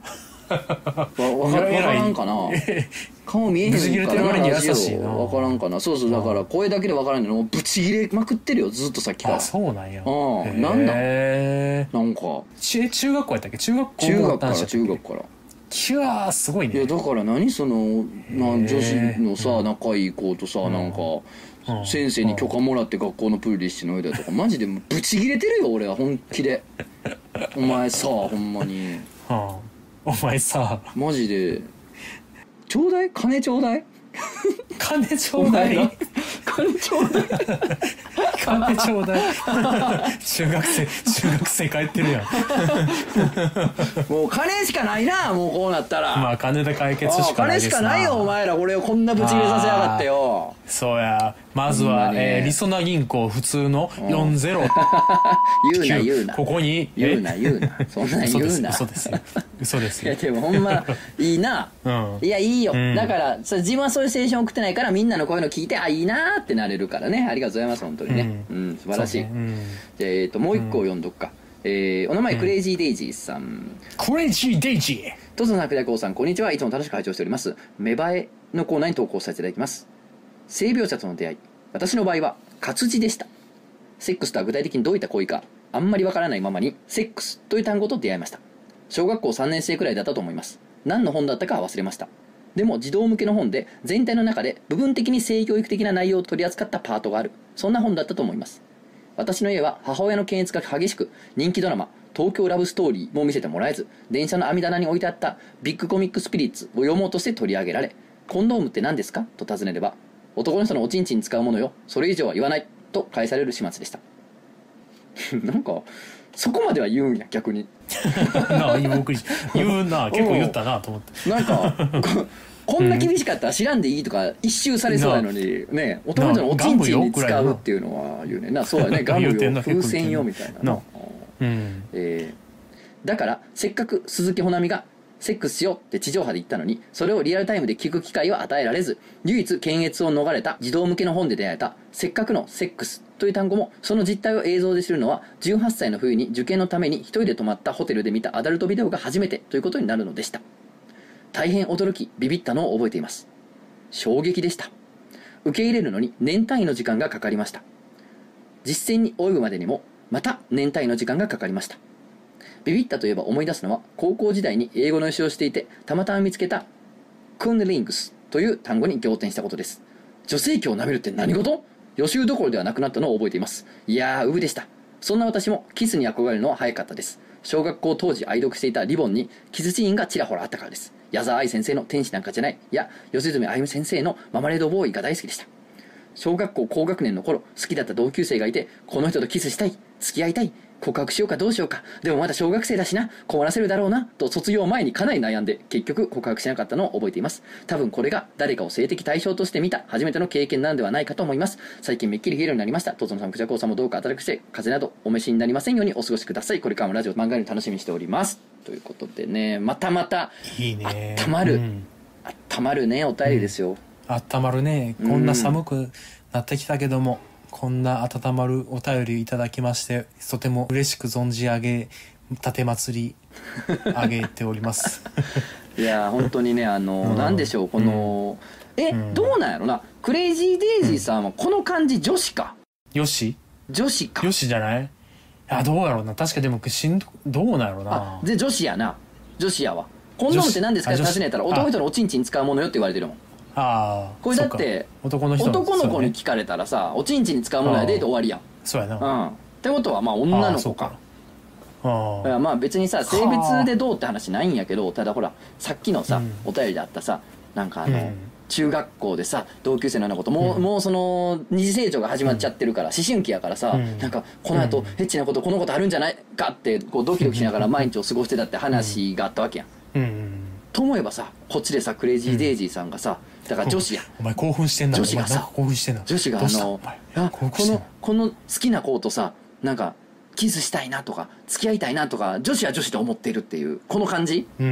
わからんかな。顔見えへんからな。ラジオわからんかな。そうそう、だから声だけでわからんの。ブチ切れまくってるよずっとさっきから。 あ、そうなんや。 うん、なんだなんか中中学校やったっけ？中学校中学から中学から。 キュアーすごいね。 いやだから何そのな女子のさ仲いい子とさ、なんか先生に許可もらって学校のプールで一緒に泳いだりとか、マジでブチ切れてるよ俺は本気で。お前さほんまに、 はあ、お前さマジでちょうだい金ちょうだい金ちょうだい金ちょうだい金ちょうだい中学生中学生帰ってるやんもう金しかないな、もうこうなったら。 まあ金で解決しかないですな。 金しかないよお前ら、これをこんなブチ切れさせやがってよ。 そうや、まずは、えー、りそな銀行普通のよんゼロ言うな言うなここに言うな言うなそんなん言うな。 嘘ですよ嘘ですよ。 いやでもほんまいいな、うん、いやいいよ、うん、だからそ自分はそういう青春送ってないから、みんなのこういうの聞いてあいいなってなれるからね。ありがとうございます本当にね、うん、うん、素晴らしい、ね、うん、じゃあ、えー、ともう一個読んどくか、うん、えー、お名前クレイジーデイジーさん、うん、 クレイジーデイジーとつのさん、くじゃこうさん、こんにちは。いつも楽しく拝聴しております。芽生えのコーナーに投稿させていただきます。性描写との出会い、私の場合は活字でした。セックスとは具体的にどういった行為かあんまりわからないままに、セックスという単語と出会いました。小学校さんねん生くらいだったと思います。何の本だったかは忘れました。でも児童向けの本で、全体の中で部分的に性教育的な内容を取り扱ったパートがある、そんな本だったと思います。私の家は母親の検閲が激しく、人気ドラマ東京ラブストーリーも見せてもらえず、電車の網棚に置いてあったビッグコミックスピリッツを読もうとして取り上げられ、コンドームって何ですかと尋ねれば、男の人のおちんちんに使うものよ、それ以上は言わないと返される始末でしたなんかそこまでは言うんや逆になあ僕言うな、結構言ったなと思って、 なんかこんな厳しかったら知らんでいいとか一周されそうやのにね、男の人のおちんちんに使うっていうのは言うねんな。そうやね、ガムよ風船よみたいなな、うん、えー、だからせっかく鈴木保奈美がセックスしようって地上波で言ったのに、それをリアルタイムで聞く機会を与えられず、唯一検閲を逃れた児童向けの本で出会えたせっかくのセックスという単語も、その実態を映像で知るのはじゅうはっさいの冬に受験のために一人で泊まったホテルで見たアダルトビデオが初めてということになるのでした。大変驚きビビったのを覚えています。衝撃でした。受け入れるのに年単位の時間がかかりました。実践に及ぶまでにもまた年単位の時間がかかりました。ビビったといえば思い出すのは、高校時代に英語の予習をしていてたまたま見つけたクンリングスという単語に仰天したことです。女性器を舐めるって何事？予習どころではなくなったのを覚えています。いやーウブでした。そんな私もキスに憧れるのは早かったです。小学校当時愛読していたリボンにキスシーンがちらほらあったからです。矢沢愛先生の天使なんかじゃない、いや吉住歩先生のママレードボーイが大好きでした。小学校高学年の頃、好きだった同級生がいて、この人とキスしたい、付き合いたい、告白しようかどうしようか、でもまだ小学生だしな、困らせるだろうなと卒業前にかなり悩んで、結局告白しなかったのを覚えています。多分これが誰かを性的対象として見た初めての経験なのではないかと思います。最近めっきり冷えるようになりました。とつのさん、くじゃこうさんもどうか暖かくして、風邪などお召しになりませんようにお過ごしください。これからもラジオ漫画に楽しみにしております。ということでね、またまたいいね、 あったまる、うん、あったまるねお便りですよ、うん、 あったまるね。こんな寒くなってきたけども、こんな温まるお便りいただきましてとても嬉しく存じ上げ、盾祭りあげておりますいや本当にね、あの、うん、なんでしょうこの、うん、え、うん、どうなんやろな、クレイジーデイジーさんはこの感じ女子か、 よし女子か、 よしじゃない、あ、どうやろうな、確かでもしんどどうなんやろうな、 あで女子やな、女子やわ。コンドームって何ですかって尋ねたら、男の人のおちんちん使うものよって言われてるもん。 ああ、 これだって男の人男の子に聞かれたらさ、おちんちんに使うものやでって終わりやん。 そうやな、 うん、ってことはまあ女の子か。ああ、まあ別にさ性別でどうって話ないんやけど、ただほらさっきのさ、うん、お便りであったさ、なんかあの、うん、中学校でさ同級生のようなこともう、うん、もうその二次成長が始まっちゃってるから、思春期やからさ、うん、なんかこの後、うん、エッチなことこのことあるんじゃないかってこうドキドキしながら毎日を過ごしてたって話があったわけやん、うんうん、と思えばさ、こっちでさクレイジーデイジーさんがさ、だから女子や、 お前興奮してんな、 女子がさ、 興奮してんな、 女子があのあこのこの好きな子とさ、なんかキスしたいなとか付き合いたいなとか、女子は女子で思っているっていうこの感じ、 うん、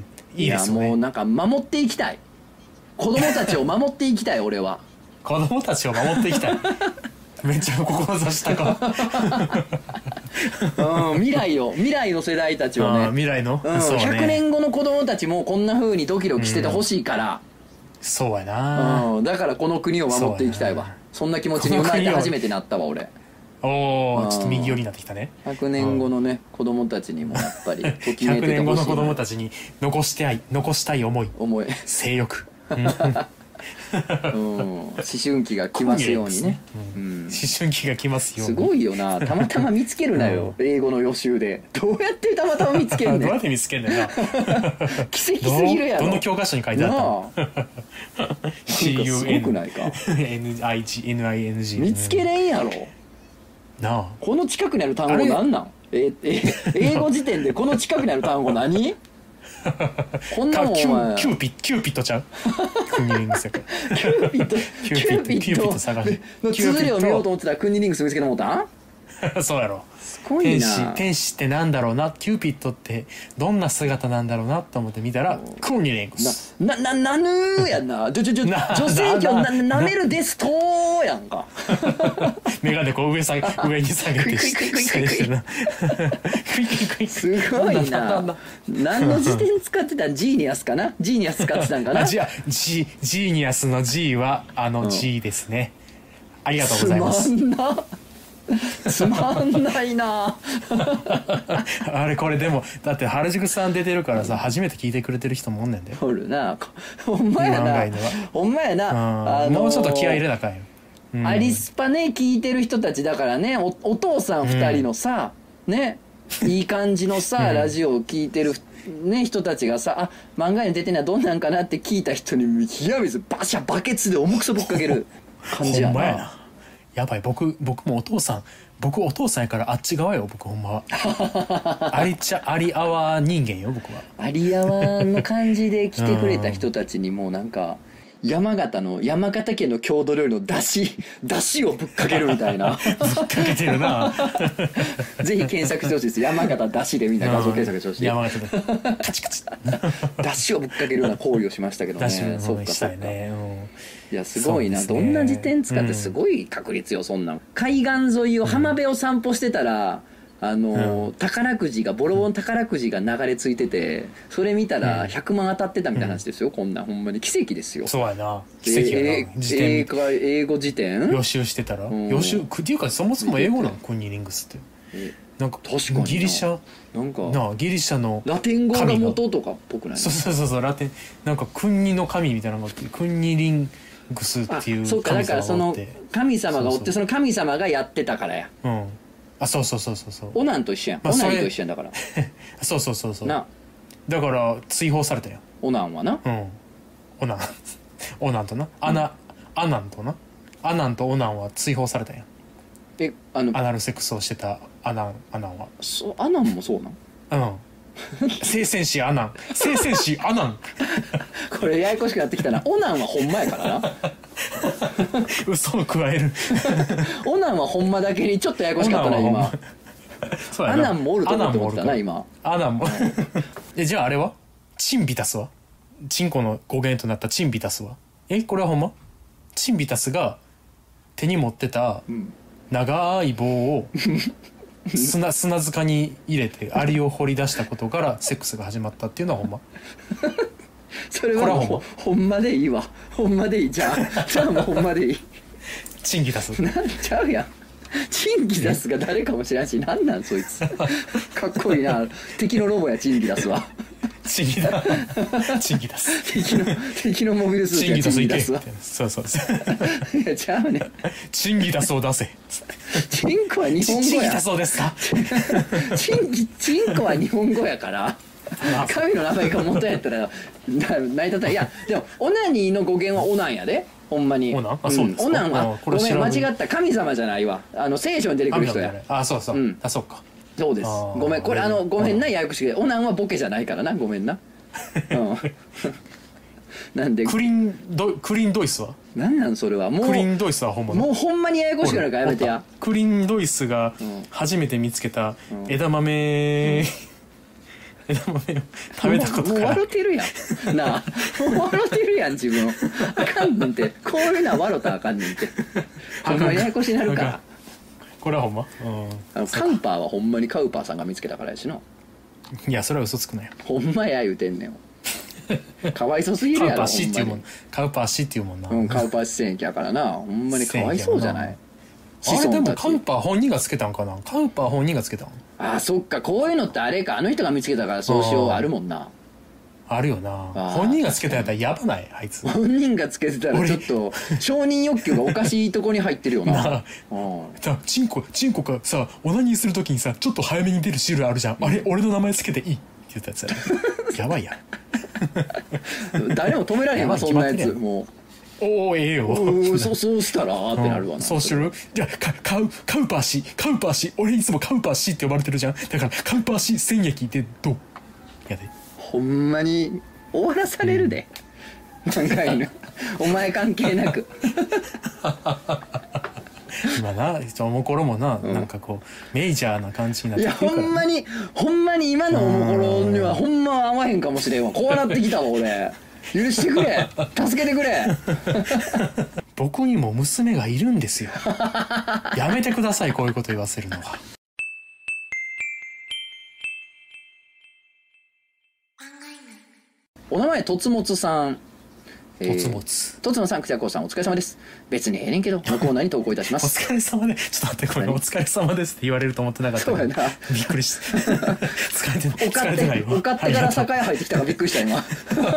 いいですよね。 いやもうなんか守っていきたい、子供たちを守っていきたい俺は子供たちを守っていきたいめっちゃ志したかうん、未来を未来の世代たちをね、 未来の、 うんそうね、 ひゃくねんごの子供たちもこんな風にドキドキしててほしいから、 うん、そうやな、 うん、だからこの国を守っていきたいわ。 そ, そんな気持ちに生まれて初めてなったわ俺。 おお、ちょっと右寄りになってきたね。 ひゃくねんごのね、うん、子供たちにもやっぱりときめいててほしい。 ひゃくねんごの子供たちに残してあい残したい思い思い性欲うん、思春期が来ますようにね、 うんうん、思春期が来ますように。 すごいよな、たまたま見つけるなよ、うん、英語の予習でどうやってたまたま見つけるねんどうやって見つけんねんな奇跡すぎるやろ。 どの教科書に書いてあったのシーユーエヌ すごくないかエヌアイジーエヌアイエヌジー見つけれんやろなあ。 この近くにある単語なんなん？ええ英語辞典でこの近くにある単語何？こんなもんお前キューピッキューピットちゃうクンニリングスやからキューピットキューピットキューピット探しの綴りを見ようと思ってたらクンニリングス見つけてもうたんそうやろ。 すごいな。 天使天使ってなんだろうな、キューピッドってどんな姿なんだろうなと思って見たらクンニリングスななななぬーやんなちょちょちょ女性器をななめるですとーやんか眼鏡こう上下げ上に下げて下にしてなすごいな。何の辞典使ってたん？ジーニアスかな、ジーニアス使ってたんかな。 あ、じゃあジジーニアスの G はあの G ですね、うん、ありがとうございます。 つまんなつまんないなあれこれでもだって原宿さん出てるからさ、初めて聞いてくれてる人もおんねんで。 おるな、ほんまやな、ほんまやな、 あのー、もうちょっと気合い入れなあかんよ、 うん、アリスパね聞いてる人たちだからね、 お, お父さんふたりのさ、うん、ねいい感じのさ、うん、ラジオを聞いてるね人たちがさ、あ漫画に出てるのはどんなんかなって聞いた人に冷や水バシャバケツで重くそぶっかける感じやな。 ほんまやな。やばい、僕僕もお父さん僕お父さんやからあっち側よ、僕ほんまはありちゃありあわ人間よ僕は。 ありあわの感じで来てくれた人たちにもうなんか山形の山形県の郷土料理のだしだしをぶっかけるみたいなぶっかけてるなぜひ検索してほしいです。山形だしでみんな画像検索してほしい。 山形でカチカチだしをぶっかけるような行為をしましたけどね。 そうかそうか、ね、 うん、いやすごいな、ね、どんな辞典使ってすごい確率よ、うん、そんなん。海岸沿いを浜辺を散歩してたら、うん、あの、うん、宝くじがボロボロの宝くじが流れ着いてて、それ見たらひゃくまん当たってたみたいな話ですよ、うん、こんなほんまに奇跡ですよ。 そうやな、奇跡やな。辞典英語辞典予習してたら、うん、予習っていうかそもそも英語なのクンニリングスって。なんか確かにギリシャなんかなギリシャのラテン語が元とかっぽくない？ そうそうそうそうラテンなんかクンニの神みたいなのがあってクンニリングスっていう神様がおって、そうか、だからその神様がおって、その神様がやってたからや。 うん。あ、そうそうそうそうそう。 オナンと一緒やん。まあ、オナンと一緒やんだから。 そうそうそうそう。 な。 だから追放されたよ。 オナンはな。 うん。オナンオナンとなアナ、うん、アナンとなアナンとオナンは追放されたやん。 え、あのアナルセックスをしてたアナンアナンは。 そう、アナンもそうなん？ うん。聖戦士アナン聖戦士アナンこれややこしくなってきたな。オナンはほんまやからな嘘を加えるオナンはほんまだけにちょっとややこしかったな今。そうやな、アナンもおると思ってたな今。 アナンもえ、じゃああれはチンビタスはチンコの語源となったチンビタスはえ、これはほんまチンビタスが手に持ってた長い棒を砂, 砂塚に入れてアリを掘り出したことからセックスが始まったっていうのはほんまそれはもうほんまほんまでいいわ。ほんまでいい。じゃあじゃあもうほんまでいい。 チンギタスなんちゃうやん。チンギタスが誰かもしれんし、なんなんそいつかっこいいな。敵のロボやチンギタスは。 チンギタチンギタス敵の敵のモビルスーツやチンギタスは。 そうそういやちゃうね。 チンギタスを出せ。 チンコは日本語や。 チンギタスをですか。 チンギチンコは日本語やから。神の名前が元やったら成り立たない。いやでもオナニーの語源はオナンやで。ほんまにオナン、あ、そうですか、 うん、オナンはごめん間違った、神様じゃないわ。あの聖書に出てくる人や。 あ、そうそう、うん、あ、そうか、 そうです。ごめん、これあのごめんな、ややこしくてオナンはボケじゃないからな、ごめんな、うん、なんでクリンドクリンドイスはなんなんそれは。もうクリンドイスは本物。 もうほんまにややこしくなるからやめてや。 クリンドイスが初めて見つけた枝豆、うん枝豆を食べたこともうから笑ってるやんなあもう笑ってるやん自分あかんねんてこういうのは笑ったらあかんねんてほんまややこしになるからこれはほんま、うん、 あのカウパーはほんまにカウパーさんが見つけたからやしないやそれは嘘つくなよほんまや言うてんねんかわいそうすぎるやろカウパーシっていうもんカウパーシっていうもんな、 うん、カウパー四川やからなほんまにかわいそうじゃないあれでもカウパー本人がつけたんかなカウパー本人がつけたんああそっかこういうのってあれかあの人が見つけたからそうしようあるもんなあるよな本人がつけたんやったらやばないあいつ本人がつけてたらちょっと承認欲求がおかしいとこに入ってるよななあチンコチンコがさオナニーするときにさちょっと早めに出る汁あるじゃん、うん、あれ俺の名前つけていいって言ったやつややばいや誰も止められへんわそんなやつもうおおええよそそうしたらーってなるわな、 うん、そうするじゃあカカウカウパーシカウパーシ俺いつもカウパーシって呼ばれてるじゃんだからカウパーシ戦役ってどうやでほんまに終わらされるで、うん、なんかいいのお前関係なく今なおもころもな、うん、なんかこうメジャーな感じになってきてるから、ね、いやほんまにほんまに今のおもころにはほんま合わへんかもしれんわこうなってきたわ俺許してくれ助けてくれ僕にも娘がいるんですよやめてくださいこういうこと言わせるのはお名前とつもつさんとつもつとつのさんくちゃこさんお疲れ様です別にええねんけどのコーナーに投稿いたしますお疲れ様でちょっと待ってこれお疲れ様ですって言われると思ってなかったそうやなびっくりして疲れてない疲れてないおかってから酒屋入ってきたからびっくりした今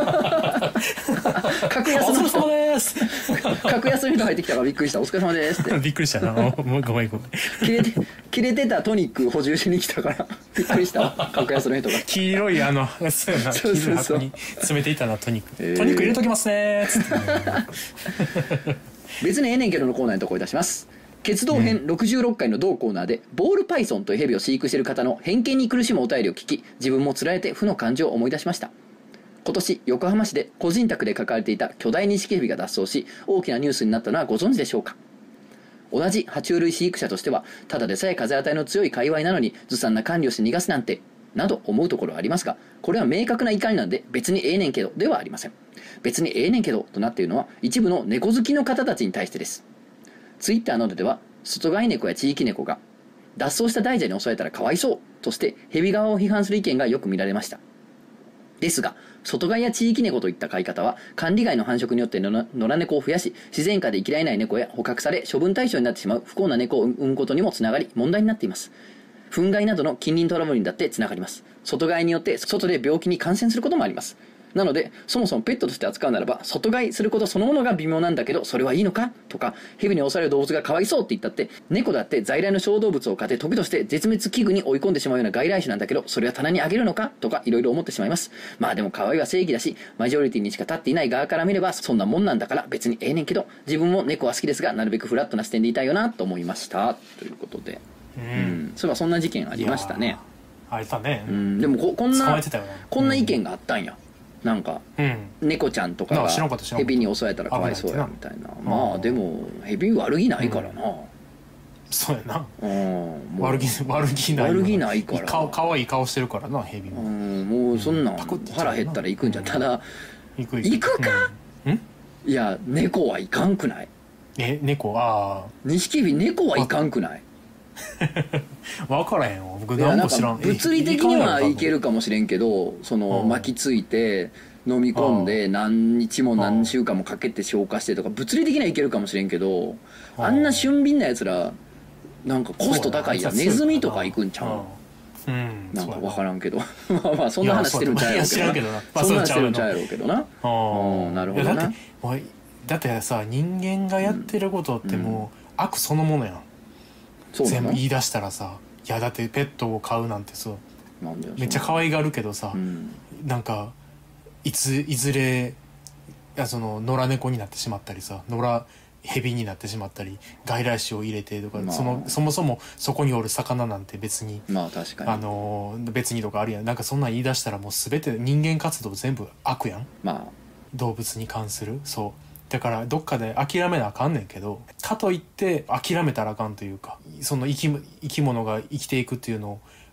格安の人お疲れ様です格安の人入ってきたからびっくりしたお疲れ様ですってびっくりしたなごめんごめん切れて切れてたトニック補充しに来たからびっくりした格安の人が黄色いあのそうやな黄色い箱に詰めていたなトニック、えー、トニック入れときますねつってね別にええねんけどのコーナーに投稿いたします。決闘編ろくじゅうろっかいの同コーナーで、ボールパイソンというヘビを飼育している方の偏見に苦しむお便りを聞き、自分もつられて負の感情を思い出しました。今年横浜市で個人宅で飼われていた巨大ニシキヘビが脱走し大きなニュースになったのはご存知でしょうか。同じ爬虫類飼育者としてはただでさえ風当たりの強い界隈なのにずさんな管理をして逃がすなんてなど思うところはありますが、これは明確な怒りなんで別にええねんけどではありません。別にええねんけどとなっているのは一部の猫好きの方たちに対してです。ツイッターなどでは外飼い猫や地域猫が脱走した大蛇に襲われたらかわいそうとしてヘビ側を批判する意見がよく見られました。ですが外飼いや地域猫といった飼い方は管理外の繁殖によって野良猫を増やし自然界で生きられない猫や捕獲され処分対象になってしまう不幸な猫を産むことにもつながり問題になっています。糞害などの近隣トラブルにだってつながります。外飼いによって外で病気に感染することもあります。なのでそもそもペットとして扱うならば外飼いすることそのものが微妙なんだけどそれはいいのかとか、蛇に襲われる動物がかわいそうって言ったって猫だって在来の小動物を飼って時として絶滅危惧に追い込んでしまうような外来種なんだけどそれは棚にあげるのかとかいろいろ思ってしまいます。まあでも可愛いは正義だしマジョリティにしか立っていない側から見ればそんなもんなんだから別にええねんけど、自分も猫は好きですがなるべくフラットな視点でいたいよなと思いましたということで、うん、うん、そういえばそんな事件ありましたね。 あれだね、 うん、でも こ, こんなこんな意見があったんや。なんか、うん、猫ちゃんとかがヘビに襲われたらかわいそうやみたいな。まあでもヘビ悪気ないからな、うん、 そうやな、うん、悪気悪気ない悪気ないからかかわいい顔してるからなヘビも、 うん、もうそんなん、うん、腹減ったら行くんじゃん、うん、ただ行く行くか、うん、いや猫はいかんくない。 え猫ああニシキヘビ猫はいかんくない分からへんよ僕何も知らん。 物理的にはいけるかもしれんけどその巻きついて飲み込んで何日も何週間もかけて消化してとか物理的にはいけるかもしれんけど、あんな俊敏なやつらなんかコスト高いやん。ネズミとか行くんちゃう。うん、なんか分からんけどまあまあそんな話してるんちゃうやろうけどな。そんな話してるんちゃうやろうけどな。なるほどな。 だってさ人間がやってることってもう悪そのものやん。全部言い出したらさ、いやだってペットを飼うなんてさめっちゃ可愛がるけどさ、うん、なんかいついずれいやその野良猫になってしまったりさ野良蛇になってしまったり外来種を入れてとか、まあ、そのそもそもそこにおる魚なんて別に、 まあ確かにあの別にとかあるやん。なんかそんなん言い出したらもう全て人間活動全部悪やん、 まあ、 動物に関する。そうだからどっかで諦めなあかんねんけど、かといって諦めたらあかんというか、その生き、生き物が生きていくっていうのを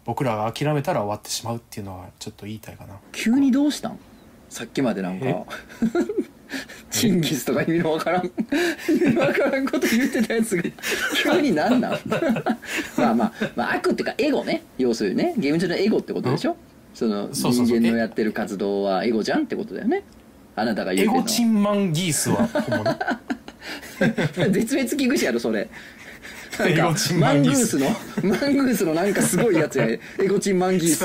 僕らが諦めたら終わってしまうっていうのはちょっと言いたいかな。 急にどうしたん？さっきまでなんかチンギスとか意味のわからん意味のわからんこと言ってたやつが急になんなんまあまあまあ悪っていうかエゴね、要するにね、ゲーム上のエゴってことでしょ。その人間のやってる活動はエゴじゃんってことだよね。あなたが言うてるのはエゴチンマンギースは本物絶滅危惧種やろそれ。なんかマングースのマングースのなんかすごいやつや。エゴチンマンギース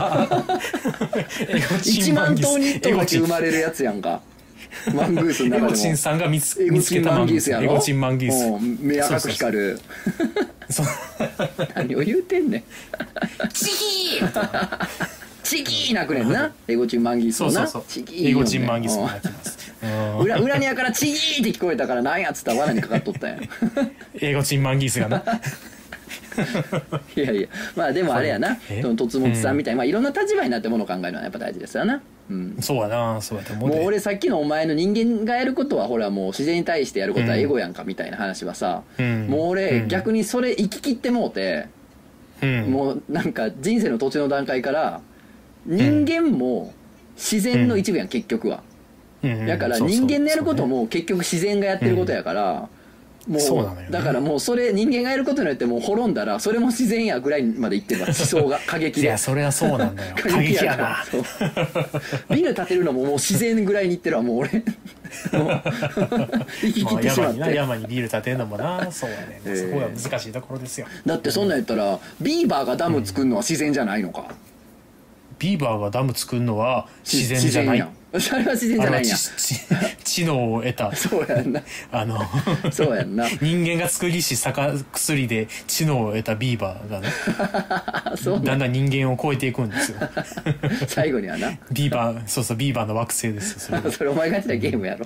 はいちまん頭にいっ頭だけ生まれるやつやんか。マングースの中でもエゴチンさんが見つ見つけたマンギースやろ。エゴチンマンギース、 目赤く光る。 そう何を言うてんねんチキーチキー泣くねんな、エゴチンマンギースもな。 そうそうそうエゴチンマンギースも泣きます。 裏裏庭からチキーって聞こえたからなんやっつったら罠にかかっとったんやエゴチンマンギースがないやいや、まあでもあれやな、そのとつもつさんみたいに、まあいろんな立場になってものを考えるのはやっぱ大事ですよな。うん、 そうやな、そうやと思う。 もう俺さっきのお前の人間がやることはほらもう自然に対してやることはエゴやんかみたいな話はさ、うん、もう俺、うん、逆にそれ生き切ってもうて、うん、もうなんか人生の途中の段階から人間も自然の一部やん、結局は。だから人間のやることも結局自然がやってることやから、もうだからもうそれ人間がやることによってもう滅んだらそれも自然やぐらいまでいってるわ、思想が過激で。 いやそれはそうなんだよ過激やな。 ビル建てるのももう自然ぐらいにいってるわもう俺もう生き切ってしまって、 まあ、山に山にビル建てるのもな、そうやね、えー、そこが難しいところですよ。 だってそんなん言ったらビーバーがダム作るのは自然じゃないのか、うん、 ビーバーがダム作るのは自然じゃない。 それは自然じゃないんや。 知能を得た。 そうやんな。あのそうやんな。 人間が作りし薬で知能を得たビーバーがねそうだんだん人間を超えていくんですよ最後にはなビーバー、そうそうビーバーの惑星ですよ。それそれお前がやってたゲームやろ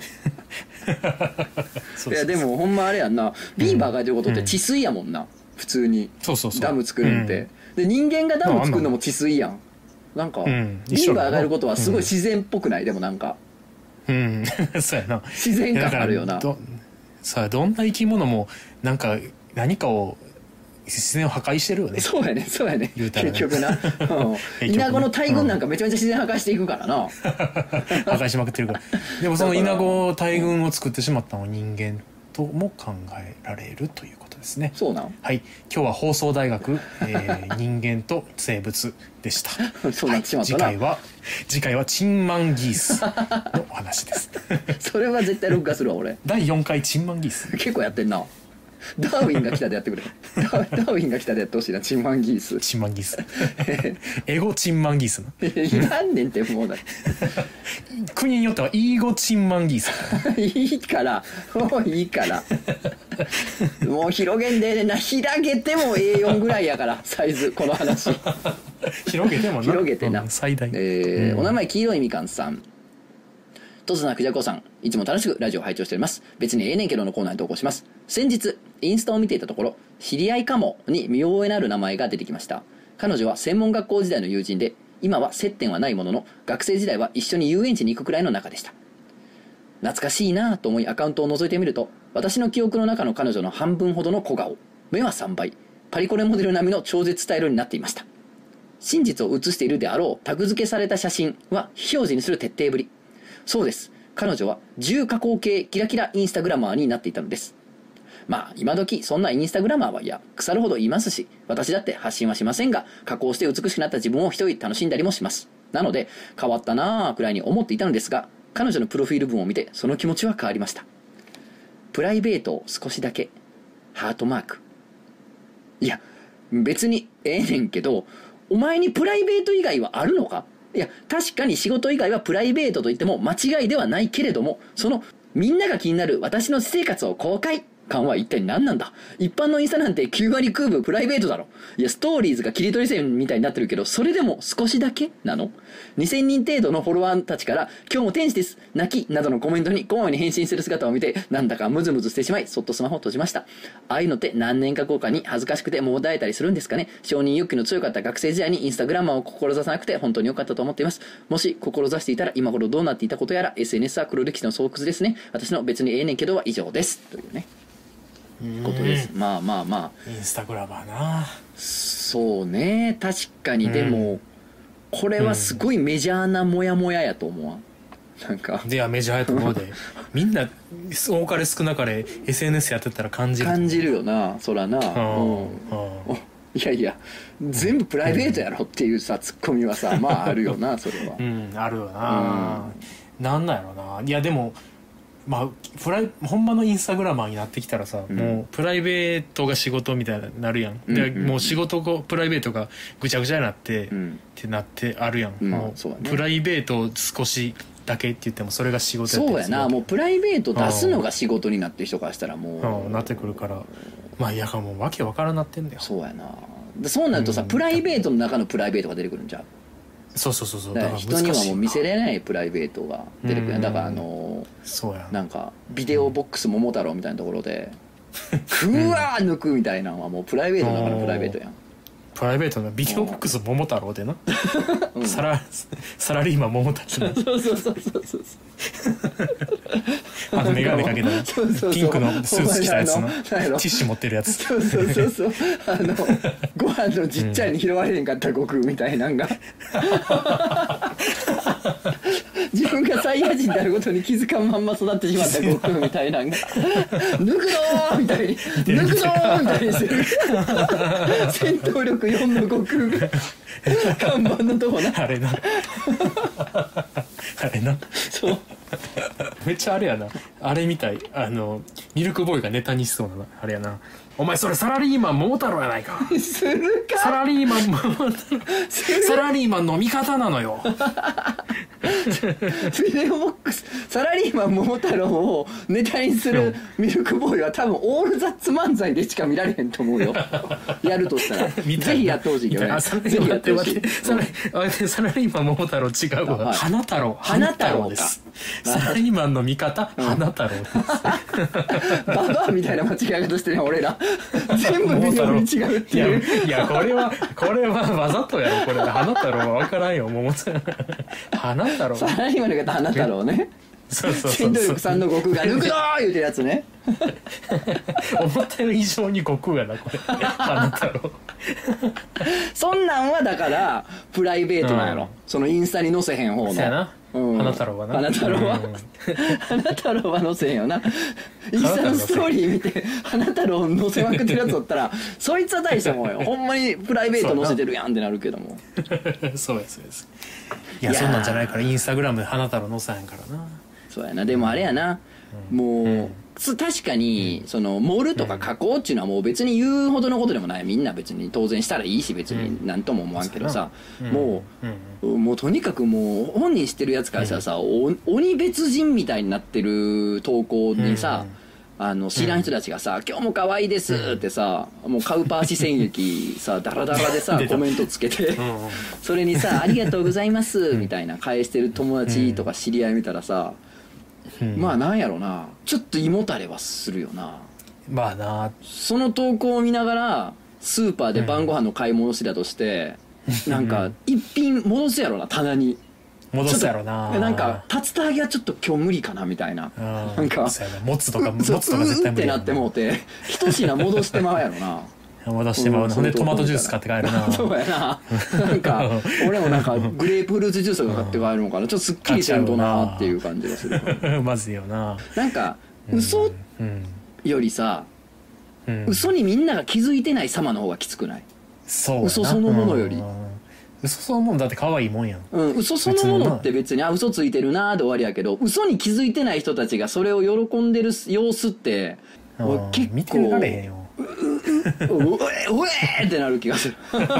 いやでもほんまあれやんな、ビーバーがやってることって治水やもんな、うん、普通にダム作るって、うん、で人間がダム作るのも治水やん。なんか、うん、ビーバーがやることはすごい自然っぽくない、うん、でもなんかうんそうやな、 自然感あるよな。 どさあどんな生き物もなんか何かを自然を破壊してるよね。 そうやねそうやね結局な、うん、イナゴの大群なんかめちゃめちゃ自然破壊していくからな、うん、 破壊しまくってるからでもそのイナゴ大群を作ってしまったのは人間とも考えられるということですね。 そうなん。 はい、今日は放送大学、えー、人間と生物でしたそうなってしまったな、 はい、次回は次回はチンマンギースのお話ですそれは絶対録画するわ俺。 だいよんかいチンマンギース結構やってんな。ダーウィンが来たでやってくれダーウィンが来たでやってほしいな、チンマンギース。 チンマンギースエゴチンマンギースいらんねんってもうだ国によってはイーゴチンマンギースいいからもういいからもう広げんでええねんな。広げても エーよん ぐらいやからサイズこの話広げてもな広げてな、 うん、最大、 えーうん、お名前黄色いみかんさん、とつなくじゃこさん、いつも楽しくラジオを拝聴しております。別にええねんけどのコーナーに投稿します。先日インスタを見ていたところ、知り合いかもに見覚えのある名前が出てきました。彼女は専門学校時代の友人で、今は接点はないものの学生時代は一緒に遊園地に行くくらいの仲でした。懐かしいなぁと思いアカウントを覗いてみると、私の記憶の中の彼女の半分ほどの小顔、目はさんばい、パリコレモデル並みの超絶スタイルになっていました。真実を写しているであろうタグ付けされた写真は非表示にする徹底ぶり。そうです、彼女は重加工系キラキラインスタグラマーになっていたのです。まあ今時そんなインスタグラマーはいや腐るほどいますし、私だって発信はしませんが、加工して美しくなった自分を一人楽しんだりもします。なので変わったなぁくらいに思っていたのですが、彼女のプロフィール文を見てその気持ちは変わりました。プライベートを少しだけハートマーク。いや別にええねんけど、お前にプライベート以外はあるのか。いや確かに仕事以外はプライベートと言っても間違いではないけれども、そのみんなが気になる私の私生活を公開感は一体何なんだ。一般のインスタなんてきゅう割きゅうぶプライベートだろ。いやストーリーズが切り取り線みたいになってるけど、それでも少しだけなの。にせんにん程度のフォロワーたちから今日も天使です泣きなどのコメントにこまめに返信する姿を見て、なんだかムズムズしてしまい、そっとスマホを閉じました。ああいうのって何年か後かに恥ずかしくてもうだえたりするんですかね。承認欲求の強かった学生時代にインスタグラマーを志さなくて本当に良かったと思っています。もし志していたら今頃どうなっていたことやら。 エスエヌエス は黒歴史の巣窟ですね。私の別にええねんけどは以上です、というね。 ことです。まあまあまあインスタグラマーな。 そうね確かに、でもこれはすごいメジャーなモヤモヤやと思うわ。なんかいやメジャーやと思うでみんな多かれ少なかれ エスエヌエス やってたら感じる感じるよなそらな、うん、いやいや全部プライベートやろっていうさツッコミはさまああるよなそれはうんあるよな、うん、なんなんやろないやでもまあプライほんまのインスタグラマーになってきたらさ、うん、もうプライベートが仕事みたいになるやん、うん、でもう仕事とプライベートがぐちゃぐちゃになって、うん、ってなってあるやん、うん、もう、ね、プライベートを少しだけって言ってもそれが仕事やってそうやなもうプライベート出すのが仕事になってる人からしたらもう、 うん、なってくるからまあいやかもうわけわからなってんだよ。 そうやなそうなるとさ、うん、プライベートの中のプライベートが出てくるんじゃん。 そうそうそうそうだから人にはもう見せれないプライベートが出てくる、うん、だからあのそうやなんかビデオボックス桃太郎みたいなところでうわー抜くみたいなのはもうプライベートの中のプライベートやん。 プライベートのビデオボックス桃太郎でな、うん、サラサラリーマン桃太郎そうそうそうそうそうあの眼鏡かけたピンクのスーツ着たやつのティッシュ持ってるやつそうそうそうそうあのご飯のちっちゃいに拾われへんかった悟空みたいなんが、うん、自分がサイヤ人であることに気づかんまんま育ってしまった悟空みたいなんが抜くぞーみたいに抜くぞーみたいにしてる戦闘力よんの悟空が看板のとこなあれなあれなそうめっちゃあれやなあれみたいあのミルクボーイがネタにしそうなあれやなお前それサラリーマン桃太郎やないかするかサラリーマン桃太郎サラリーマンの味方なのよビデオボックスサラリーマン桃太郎をネタにするミルクボーイは多分オールザッツ漫才でしか見られへんと思うよやるとしたらぜひやってほしいけどねぜひやってほしいサラリーマン桃太郎違うわ、はい、花太郎花太郎ですサラリーマンの味方、うん、花太郎ですババアみたいな間違い方してるね俺ら全部ビデオに違うっていういや、いやこれはこれはわざとやろこれ花太郎は分からんよ桃太郎花太郎サラリーマンの方花太郎ねそうそうそう戦闘力さんの悟空が抜くぞー言うてるやつね思ったより以上に悟空やなこれ花太郎そんなんはだからプライベートなんやろ、うん、そのインスタに載せへん方のそうやな、うん、花太郎はな花太郎は、うん、花太郎は載せへんよなインスタのストーリー見て花太郎載せまくってるやつおったらそいつは大したもんよほんまにプライベート載せてるやんってなるけどもそうですそうですいやそんなんじゃないからインスタグラムで花太郎載せへんからなそうやなでもあれやな、うん、もう、うん確かにその盛るとか加工っていうのはもう別に言うほどのことでもないみんな別に当然したらいいし別に何とも思わんけどさもうもうとにかくもう本人知ってるやつからしたらさ鬼別人みたいになってる投稿にさあの知らん人たちがさ「今日も可愛いです」ってさもうカウパー視線液さダラダラでさコメントつけてそれにさ「ありがとうございます」みたいな返してる友達とか知り合い見たらさうん、まあなんやろなちょっと胃もたれはするよなまあなその投稿を見ながらスーパーで晩ご飯の買い物してたとして、うん、なんか一品戻すやろな棚に戻すやろななんか竜田揚げはちょっと今日無理かなみたいななんかもつとかもつとか絶対無理ってなってもうて一品戻してまうやろな戻してもらう、うん、ほんでトマトジュース買って帰るなそうやななんか俺もなんかグレープフルーツジュースとか買って帰るのかなちょっとすっきりせんとなっていう感じがするまずいよななんか嘘よりさ、うん、嘘にみんなが気づいてない様の方がきつくないそう嘘そのものより、うん、 嘘そのものだって可愛いもんやん、 うん、嘘そのものって別にあ嘘ついてるなーで終わりやけど嘘に気づいてない人たちがそれを喜んでる様子って結構見てられへんよおえおえってなる気がするなん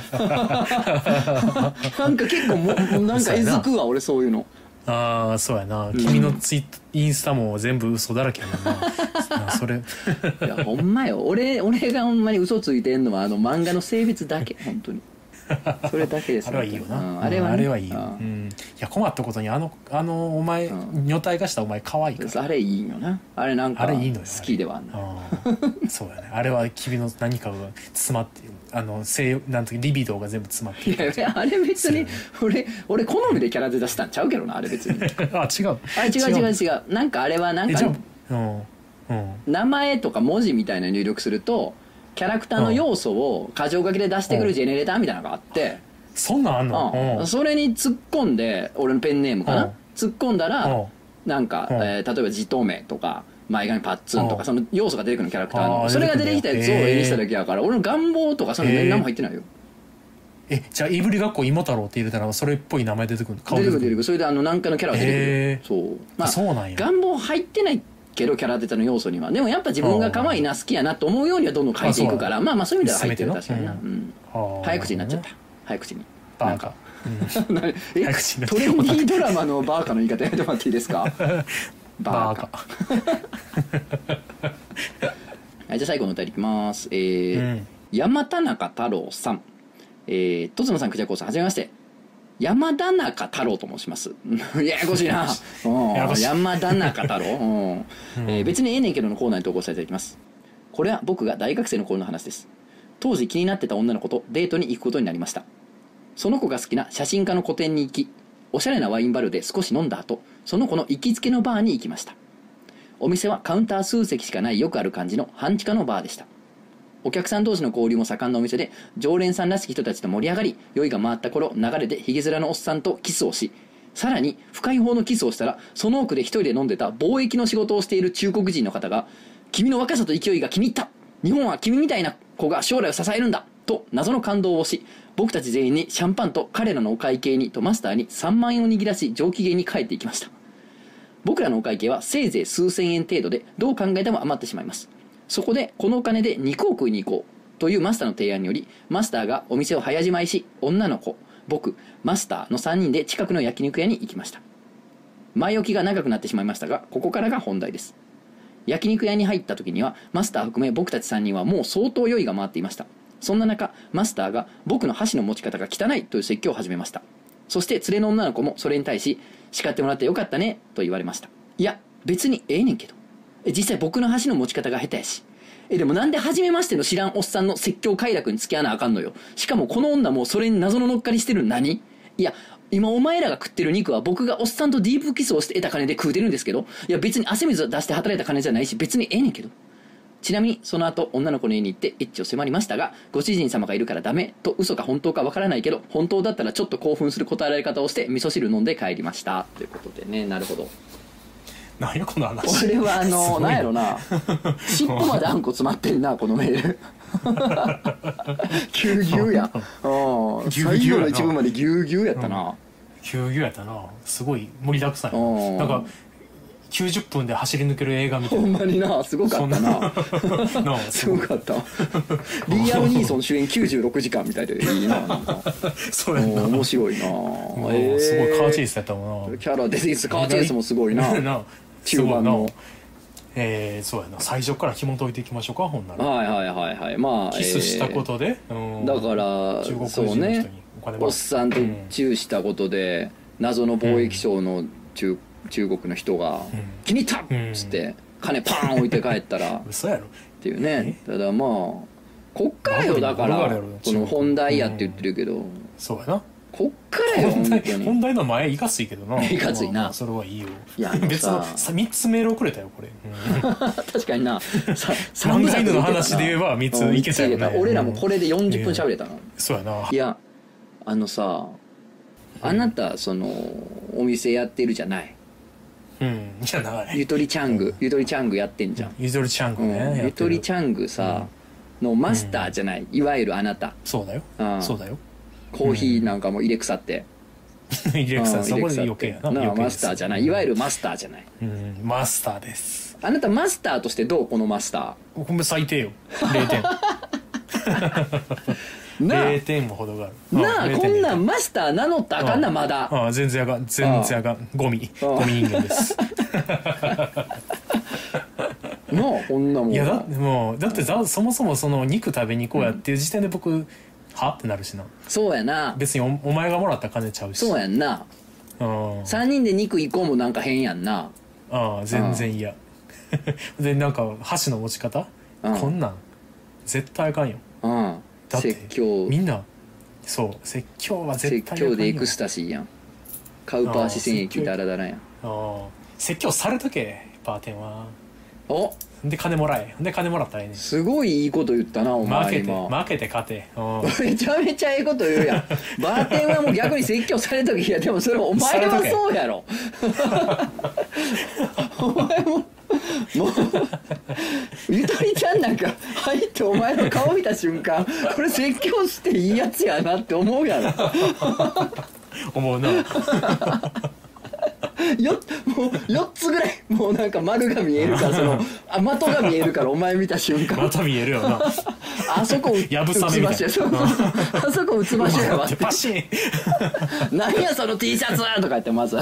か結構もなんかえずくわ俺そういうのああそうやな、うん、君のツイインスタも全部嘘だらけやもんなそれいやほんまよ俺俺がほんまに嘘ついてんのはあの漫画の性別だけ本当にそれだけです、 ね、あれはいいよな、 うん、あれは、ね、 あれはいいよ、うん、いや困ったことにあのあのお前、うん、女体化したお前可愛いからあれいいよなあれなんか好きではあんなそうやねあれは君の何かが詰まってあの性なんとリビドーが全部詰まっているいやあれ別に俺俺好みでキャラデザしたんちゃうけどなあれ別にあ違うあれ違う違う違うなんかあれはなんかえじゃあ、うんうん、名前とか文字みたいな入力するとキャラクターの要素を箇条書きで出してくるジェネレーターみたいなのがあって、 そんなんあんの、 うん、それに突っ込んで俺のペンネームかな、突っ込んだらなんか、えー、例えばじとめとか前髪パッツンとかその要素が出てくるのキャラクターのそれが出てきたやつを絵にしただけやから俺の願望とかその何も入ってないよ。 えじゃあいぶりがっこ芋太郎って入れたらそれっぽい名前出てくるの？顔出てくる出てくる。それであの何かのキャラが出てくる。そうまあそうなんや。 願望入ってないけどキャラデザの要素にはでもやっぱ自分が可愛いな好きやなと思うようにはどんどん書いていくからまあまあそういう意味では入ってる確かにな、うん、早口になっちゃった早口にバーカえトレンディードラマのバーカの言い方やめてもらっていいですか？バーカはいじゃあ最後のお便りいきます。えーうん、山田中太郎さん、えー、とつのさんくじゃこうさんはじめまして山田中太郎と申しますややこしいな山田中太郎、うんえー、別にええねんけどのコーナーに投稿させていただきます。これは僕が大学生の頃の話です。当時気になってた女の子とデートに行くことになりました。その子が好きな写真家の個展に行きおしゃれなワインバルで少し飲んだ後その子の行きつけのバーに行きました。お店はカウンター数席しかないよくある感じの半地下のバーでした。お客さん同士の交流も盛んなお店で常連さんらしき人たちと盛り上がり酔いが回った頃流れでヒゲ面のおっさんとキスをしさらに深い方のキスをしたらその奥で一人で飲んでた貿易の仕事をしている中国人の方が君の若さと勢いが気に入った日本は君みたいな子が将来を支えるんだと謎の感動をし僕たち全員にシャンパンと彼らのお会計にとマスターにさんまんえんを握らし上機嫌に帰っていきました。僕らのお会計はせいぜい数千円程度でどう考えても余ってしまいます。そこでこのお金で肉を食いに行こうというマスターの提案によりマスターがお店を早じまいし女の子僕マスターのさんにんで近くの焼肉屋に行きました。前置きが長くなってしまいましたがここからが本題です。焼肉屋に入った時にはマスター含め僕たちさんにんはもう相当酔いが回っていました。そんな中マスターが僕の箸の持ち方が汚いという説教を始めました。そして連れの女の子もそれに対し叱ってもらってよかったねと言われました。いや別にええねんけど実際僕の箸の持ち方が下手やしえでもなんで初めましての知らんおっさんの説教快楽に付き合わなあかんのよ。しかもこの女もそれに謎の乗っかりしてる何いや今お前らが食ってる肉は僕がおっさんとディープキスをして得た金で食うてるんですけどいや別に汗水出して働いた金じゃないし別にええねんけど。ちなみにその後女の子の家に行ってエッチを迫りましたがご主人様がいるからダメと嘘か本当かわからないけど本当だったらちょっと興奮する答えられ方をして味噌汁飲んで帰りましたということでね。なるほど何やこの話。 俺はあのなんやろな尻尾まであんこ詰まってんなこのメールぎゅうぎゅうやうん最後の一部までぎゅうぎゅうやったな、 ぎゅうぎゅうやったな。すごい盛りだくさんやなんかきゅうじゅっぷんで走り抜ける映画みたいな。 ほんまになすごかったなすごかったリーアム・ニーソン主演きゅうじゅうろくじかんみたいでいいななんかそうやな面白いな、 えー、すごいカーチェイスやったもんな。 キャラディスカーチェイスもすごいな中盤のえー、そうやな最初から紐解いていきましょうかほんなら。 はいはいはいはいまあキスしたことで、えー、うん、 だから中国人の人にお金もおっさんとチューしたことで、うん、謎の貿易商の中、うん中国の人が「気に入った!」っつって金パーン置いて帰ったら嘘やろっていうね。ただまあこっからよだからこの本題やって言ってるけどそうやなこっからよ本当に本題の前いかついけどないかついなそれはいいよ。 いや別のみっつメール遅れたよこれ確かにな漫画犬の話で言えばみっついけたよね。 俺らもこれでよんじゅっぷん喋れたな。 そうやな。 いやあのさあなたそのお店やってるじゃないうん、じゃないゆとりチャング、うん、ゆとりチャングやってんじゃん。 ゆとりチャングね、うん、 ゆとりチャングさ、うん、のマスターじゃない、いわゆるあなた。 そうだよ、うん、そうだよ。 コーヒーなんかも入れ腐って、 うん、入れ腐ってそこで余計やななマスターじゃない、いわゆるマスターじゃない、 うん、マスターです。 あなたマスターとしてどうこのマスター。 お米最低よれいてんれいてんもほどがあるなあ。こんなんマスター名乗ったらあかんなまだ。 ああ全然あかん全然あかんゴミゴミ人間ですなあこんなもん。 いやだもうだってだそもそもその肉食べに行こうやっていう時点で僕、うん、はってなるしな。 そうやな。 別に お, お前がもらった金ちゃうし。 そうやんな。 うんさんにんで肉行こうもなんか変やんな。 ああ全然嫌でなんか箸の持ち方、うん、こんなん絶対あかんよ。 うんだって説教みんなそう説教は絶対説教でエクスタシーやん。カウパー四川液ダラダラやん。 ああ説教されとけバーテンは。 おで金もらえで金もらったらええねん。 すごいいいこと言ったなお前。 負けて今負けて勝て。 めちゃめちゃええこと言うやん。バーテンはもう逆に説教されとき、いやでもそれお前はそうやろ。お前ももうゆとりちゃんなんか入ってお前の顔見た瞬間、これ説教していいやつやなって思うやろ。 思うな。 よもうよっつぐらいもうなんか丸が見えるから、そのあ的が見えるからお前見た瞬間また見えるよな。 あそこうやぶさめみたいな。 うつばしやそうあそこうつばしやわってパシン。 何やその T シャツとか言ってまず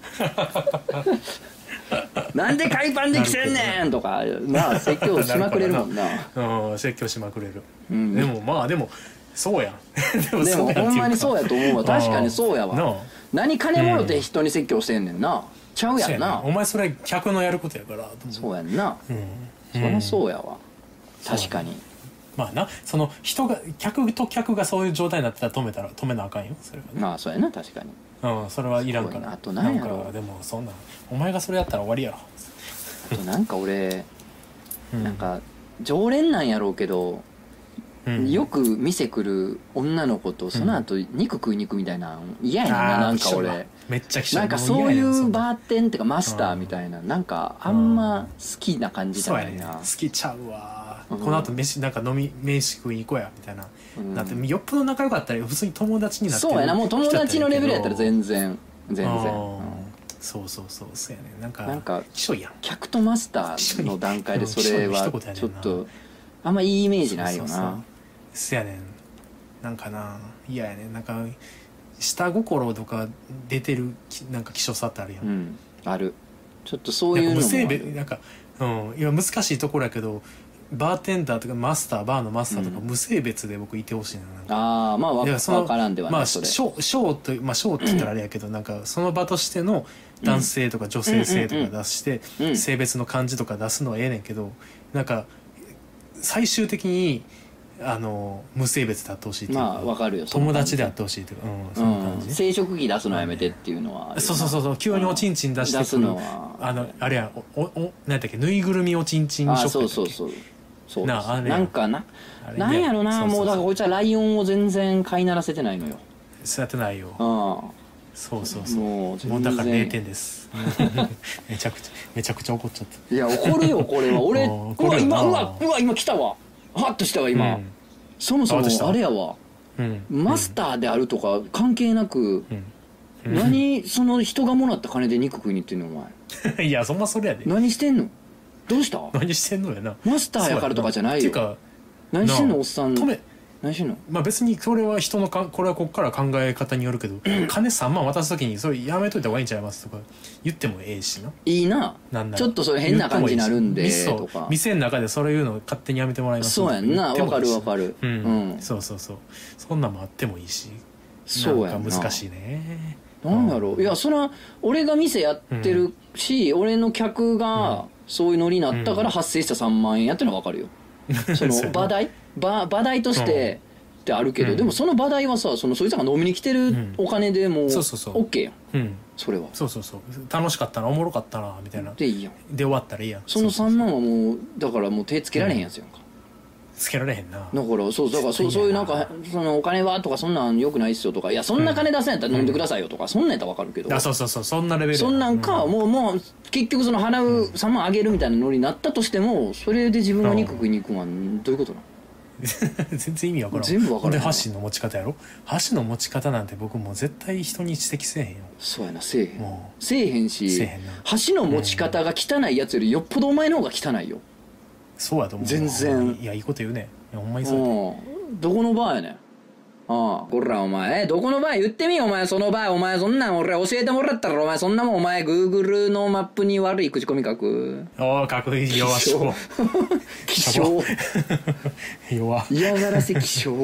なんで海パンで着せんねんとかなあ説教しまくれるもんな。 うん説教しまくれる、 うん、 でもまあでもそうやん。 でも, でもほんまにそうやと思うわ。確かにそうやわ。何金もろて人に説教してんねんな、うん、ちゃうやんな。 お前それ客のやることやから。 そうやんな、うん、そりゃそうやわ、うん、確かに。 まあな、その人が客と客がそういう状態になってたら止めたら止めなあかんよそれはね。 まあそうやな確かに。 うんそれはいらんから。 あと何やろなんかでもそんなお前がそれやったら終わりやろ。 あとなんか俺、うん、なんか常連なんやろうけど、うん、よく店来る女の子とその後肉食いに行くみたいな嫌やねんな、うん、なんか俺めっちゃきしょなんかそういうバーテンってかマスターみたいな、うん、なんかあんま好きな感じじゃないな、 ね、好きちゃうわ、うん、この後飯なんか飲み飯食いに行こうやみたいな、うん、だってよっぽど仲良かったら普通に友達になってる。 そうやな、もう友達のレベルやったら全然全然、うん、 そうそうそうそうやね。なんかなんかきしょいやん。 客とマスターの段階でそれはちょっとあんまいいイメージないよな。そうそうそうせやねん。なんかな嫌やねん。なんか下心とか出てるなんか希少さってあるやん、うん、 ある。ちょっとそういうのも無性別なんか、うん、今難しいところやけどバーテンダーとかマスターバーのマスターとか無性別で僕いてほしいな。なんかああまあ分からんではない。 まあショーショーとまあショーって言ったらあれやけど、うん、なんかその場としての男性とか女性性とか出して、うんうんうん、性別の感じとか出すのはええねんけど、なんか最終的にあの無性別であってほしいっていうか、 まあわかるよ、 友達であってほしいっていうか、うん、その感じ、 うん、生殖器出すのやめてっていうのは、 そうそうそうそう、急におちんちん出してくる、出すのはあのあれやおお何だっけ、ぬいぐるみおちんちんショップだっけ。そうそうそうそうなあ、あれなんかな、なんやろな、そうそうそう、もうだからこいつはライオンを全然飼いならせてないのよ。 そうやってないよ。 ああそうそうそう、もうもうだかられいてんですめちゃくちゃめちゃくちゃ怒っちゃった。 いや怒るよこれは俺うわ今うわうわ今来たわ、ハッとしたわ今、うん、そもそもあれやわ、うん、マスターであるとか関係なく、うん、何その人がもらった金で肉食いに行ってんのお前いやそんなそれやで。 何してんの、どうした、 何してんのやな、 マスターやからとかじゃないよ。か何してんのおっさん、何してんの。 まあ別にそれは人のか、これはこっから考え方によるけど、金さんまん渡す時にそれやめといた方がいいんちゃいますとか言ってもええしな。 いいな、なんちょっとそれ変な感じになるんでとか、 店の中でそれ言うの勝手にやめてもらいます。 そうやんな、わかるわかる、 うん、うん、そうそうそう、そんなんもあってもいいし、そうやんな、難しいね。 なんやろう、いやそれは俺が店やってるし、うん、俺の客がそういうノリになったから発生したさんまんえんやってのはわかるよ、うん、その場代場代としてってあるけど、うん、でもその場代はさ、そのそいつが飲みに来てるお金でもう OK やん、うん、それはそうそうそう、楽しかったな、おもろかったなみたいなでいいやん、 で終わったらいいやん。 そのさんまんはもうだからもう手つけられへんやつやんか、 うん、つけられへんな。だからそうだからそうそういうなんかそのお金はとかそんなんよくないっすよとか、いやそんな金出せんやったら飲んでくださいよとか、うん、そんなんやったら分かるけど、 あそうそうそう、そんなレベルそんなんか、うん、もうもう結局その払うさんまんあげるみたいなノリになったとしても、それで自分が肉食いに行くのはどういうことなの全然意味わからん。 全部わからん。 で箸の持ち方やろ、箸の持ち方なんて僕もう絶対人に指摘せえへんよ。 そうやな、せえへんせえへんし、せえへんな、箸の持ち方が汚いやつよりよっぽどお前の方が汚いよ。 そうやと思う。全然いやいいこと言うね。いやほんまにそうや。 どこのバーやねん。ああ、こらお前、どこのバー言ってみよお前、そのバー、お前そんなん俺教えてもらったらお前そんなもんお前 Google のマップに悪い口コミ書く。 おお、書く弱小気象弱嫌がらせ気象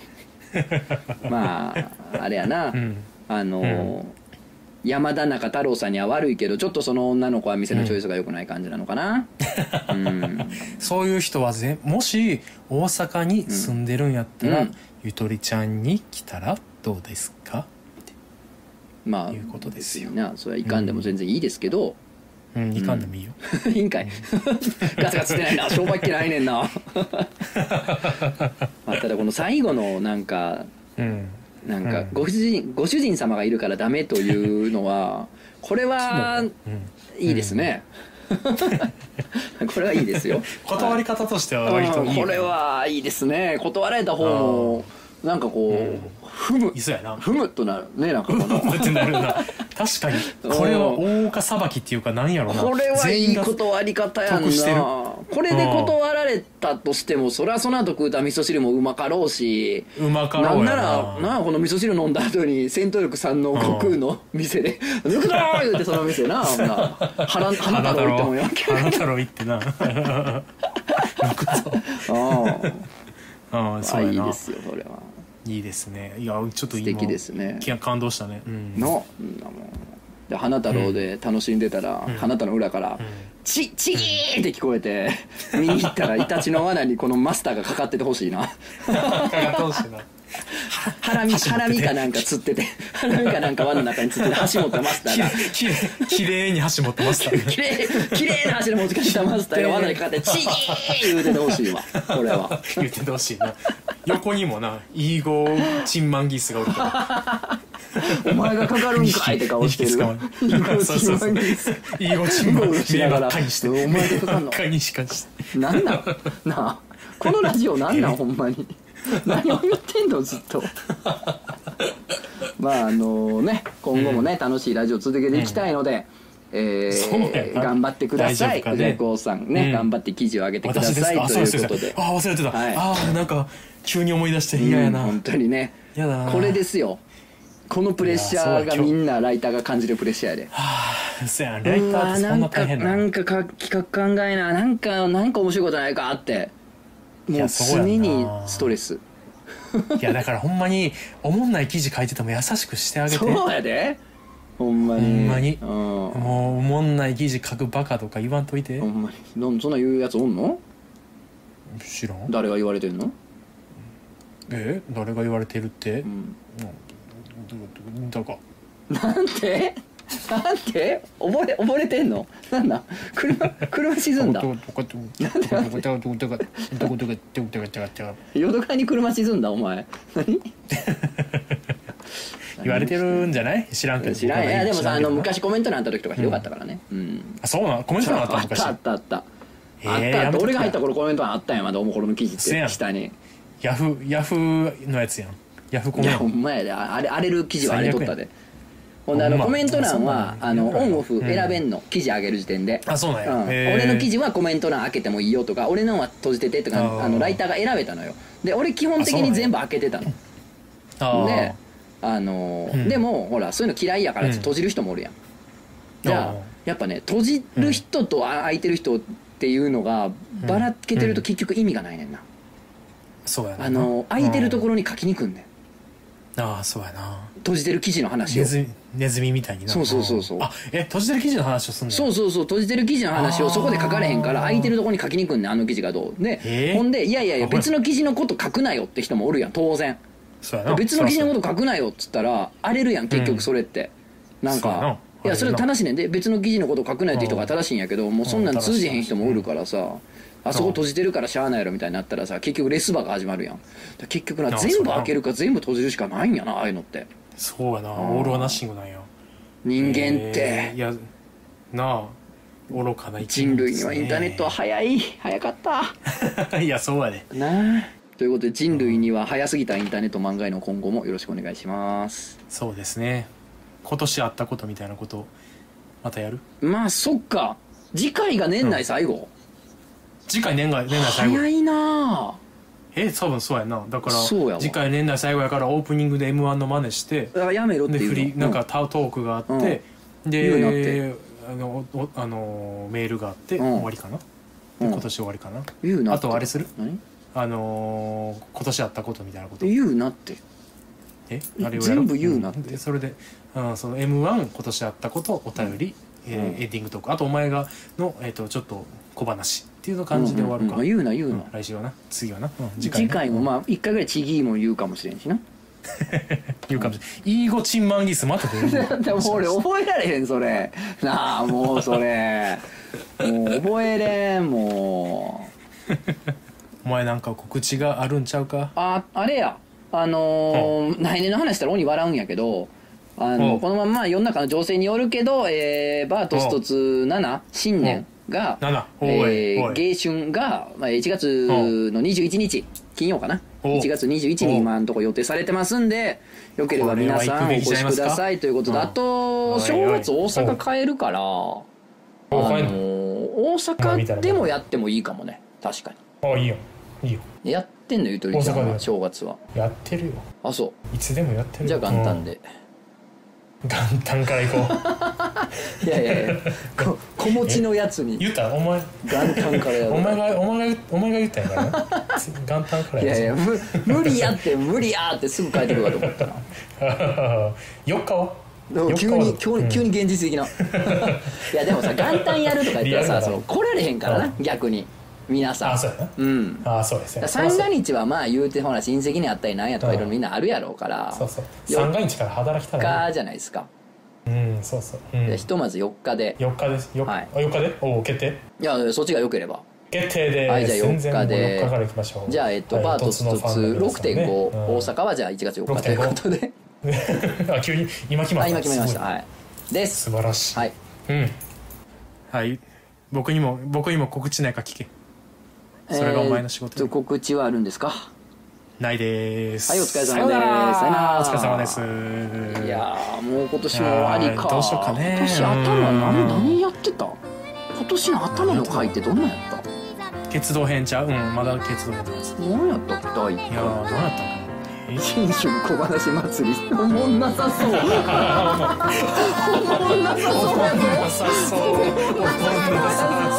まああれやな、うん、あの、うん、山田中太郎さんには悪いけどちょっとその女の子は店のチョイスが良くない感じなのかな、うんうん、 そういう人はぜもし大阪に住んでるんやったら、うん、ゆとりちゃんに来たらどうですかって、 まあいうことですよ。 なそれはいかんでも全然いいですけど、 うんいかんでもいいよ、 うん、いいんかいガツガツしてないな商売っ気ないねんなまあただこの最後のなんか、うん、なんかご主人、ご主人様がいるからダメというのはこれはいいですね、これはいいですよ断り方としては割といい、 これはいいですね。断られた方もなんかこう、うん、ふむふむとなるね、なんかこのってなるな確かにこれは大岡さばきっていうかなんやろな、 これはいい断り方やんな。これで断られたとしてもそれはその後食うた味噌汁もうまかろうし、 うまかろうやな。 なんならなあこの味噌汁飲んだ後に戦闘力さんの悟空の店で「抜くぞ!」言うてその店なほんな花太郎行ってもや花太郎行ってな抜くぞああそうやな、いいですよそれは。いいですね。いやちょっと今素敵ですね。感動したね。うん、ので花太郎で楽しんでたら、うん、花太郎の裏から「チチギー!」って聞こえて見に行ったらイタチの罠にこのマスターがかかっててほしいな。かかってほしいな。ハラミハラミかなんか釣っててハラミかなんか輪の中に釣ってて橋本マスターがきれいに橋本マスターきれいきれいな橋の持ちかしたマスターが罠にかかってチギー言うててほしいわこれは。 言うててほしいな。横にもなイーゴチンマンギスがおるからお前がかかるんかいって顔してる。イーゴチンマンギスイーゴチンマンギス目ばっかにしてお前がかかんのかにしかしてなんなんなあこのラジオなんなんほんまに何を言ってんのずっとまああのね今後もね、うん、楽しいラジオ続けていきたいので、うんえー、頑張ってください。レコーさんね、うん、頑張って記事を上げてくださいということで。 あ忘れてた、はい、あなんか急に思い出して嫌やな、 うん、本当にねやだこれですよ。このプレッシャーがみんなライターが感じるプレッシャーで。 はあ、そうやライターってそんな大変な。 なんかなんか企画考えななんかなんか面白いことないかってもう常にストレス。 いやだからほんまにおもんない記事書いてても優しくしてあげて。 そうやでほんまにほんまに、うん、もうおもんない記事書くバカとか言わんといて。 ほんまにそんな言うやつおんの？ 知らん。 誰が言われてんの？ え誰が言われてるって、うん、だかなんてなんて溺れ溺れてんのなんだ車車沈んだなんで淀川に車沈んだお前何言われてるんじゃない知らんけど知らんいやでもさあの昔コメント欄あった時とかひどかったからね、うんうん、 あそうなのコメント欄あった昔あったあったあったあったあった俺が入った頃コメント欄あったんやまだおもころの記事って下にヤフヤフのやつやんヤフコメント。いやほんまやであれ荒れる記事はあれ取ったで。ほんであのコメント欄はあのオンオフ選べんの記事上げる時点で。 あそうなんや。 俺の記事はコメント欄開けてもいいよとか俺のは閉じててとかあのライターが選べたのよ。で俺基本的に全部開けてたの。であのでもほらそういうの嫌いやから閉じる人もおるやん。じゃあやっぱね閉じる人と開いてる人っていうのがばらけてると結局意味がないねんな。 そうやな。 あの開いてるところに書きにくんねん。ああそうやな。 閉じてる記事の話を。 ネズミネズミみたいにな。 そうそうそうそう。 あえ閉じてる記事の話をすんの。 そうそうそう閉じてる記事の話をそこで書かれへんから開いてるところに書きにくんねんあの記事がどうでほんでいやいやいや別の記事のこと書くなよって人もおるやん当然。 そうやな。 別の記事のこと書くなよっつったら荒れるやん結局それって、うん、なんかいやそれ正しいねんで別の記事のこと書くなよって人が正しいんやけどもうそんなん通じへん人もおるからさ。あそこ閉じてるからしゃあないやろみたいになったらさ結局レスバが始まるやん。結局な全部開けるか全部閉じるしかないんやなああいうのって。 そうやなオールはナッシングなんや人間って、えー、いやなあ愚かな人類にはインターネットは早い早かったいやそうやねなあということで人類には早すぎたインターネット漫画への今後もよろしくお願いします。 そうですね今年あったことみたいなことまたやる。 まあそっか次回が年内最後、うん次回年内年内最後早いなえ多分そうやなだから次回年内最後やからオープニングで エムワン の真似してやめろっていうでフリなんかトークがあって、うん、であのあのメールがあって、うん、終わりかな、うん、今年終わりかな言うなあとあれするあの今年あったことみたいなこと言うなってえあれをやろ全部言うなって、 うん、でそれで、うん、その エムワン 今年あったことお便り、うんえー、エンディングトークあとお前がの、えー、とちょっと小話っていう感じで終わるか、 うんうんうん、言うな言うな、うん、 来週はな次はな、うん、 次回、ね、次回もまあいっかいぐらいちぎーも言うかもしれんしな言うかもしれない。イーゴチンマンギスまた出る。 でも俺覚えられへんそれ。なあもうそれ。もう覚えれんもう。 お前なんか告知があるんちゃうか。 ああれやあのー、来年の話したら鬼笑うんやけど。あのこのまま世の中の情勢によるけど、えー、バートストツなな新年が、えー、迎春が、まあ、いちがつのにじゅういちにち金曜かないちがつにじゅういちにちに今のところ予定されてますんで、よければ皆さんお越しくださいということで、あと正月大阪帰るから、あのー、大阪でもやってもいいかもね。確かに。 あいいよいいよ。 やってんのゆとりちゃんは正月は。 やってるよ。あそういつでもやってるよ。 じゃあ元旦で。 元旦から行こう。いやいやいや、こ小持ちのやつに言ったお前元旦からやる。 お前がお前がお前が言ったんやからな。元旦からやる。 いやいや無無理やって無理やってすぐ帰ってくるかと思ったな。 よっかを急に急に急に現実的な。いやでもさ元旦やるとか言ったらさ、その来られへんからな逆に。皆さんあそうやな。 うんあそうですね。 三が日はまあ言うてほら親戚に会ったりなんやとかいろいろみんなあるやろうから、 そうそう三が日から働きたらよっかじゃないですか。 うんそうそう。 ひとまずよっかで。 よっかです。よっかでおお決定。 いやそっちが良ければ決定で。 はいじゃあよっかで。 よっかから行きましょう。 じゃあえっとバートストツ ろくてんご 大阪はじゃあいちがつよっかということで。 あ急に今決まった。 今決めました。はいです素晴らしい。 はいうんはい僕にも僕にも告知ないか聞け。それがお前の仕事。 えー、告知はあるんですか。 ないです。 はいお疲れ様です。 さよなら。 さよなら。 お疲れ様です。 いやもう今年も終わりか。 どうしようかね。 今年頭何何やってた。今年の頭の回ってどんなんやった。 鉄道編ちゃう。うんまだ鉄道編です。 何やったっけ第一回。 いやどうやったんかな。 新春小話祭り。おもんなさそう。おもんなさそう。おもんなさそう。おもんなさそう。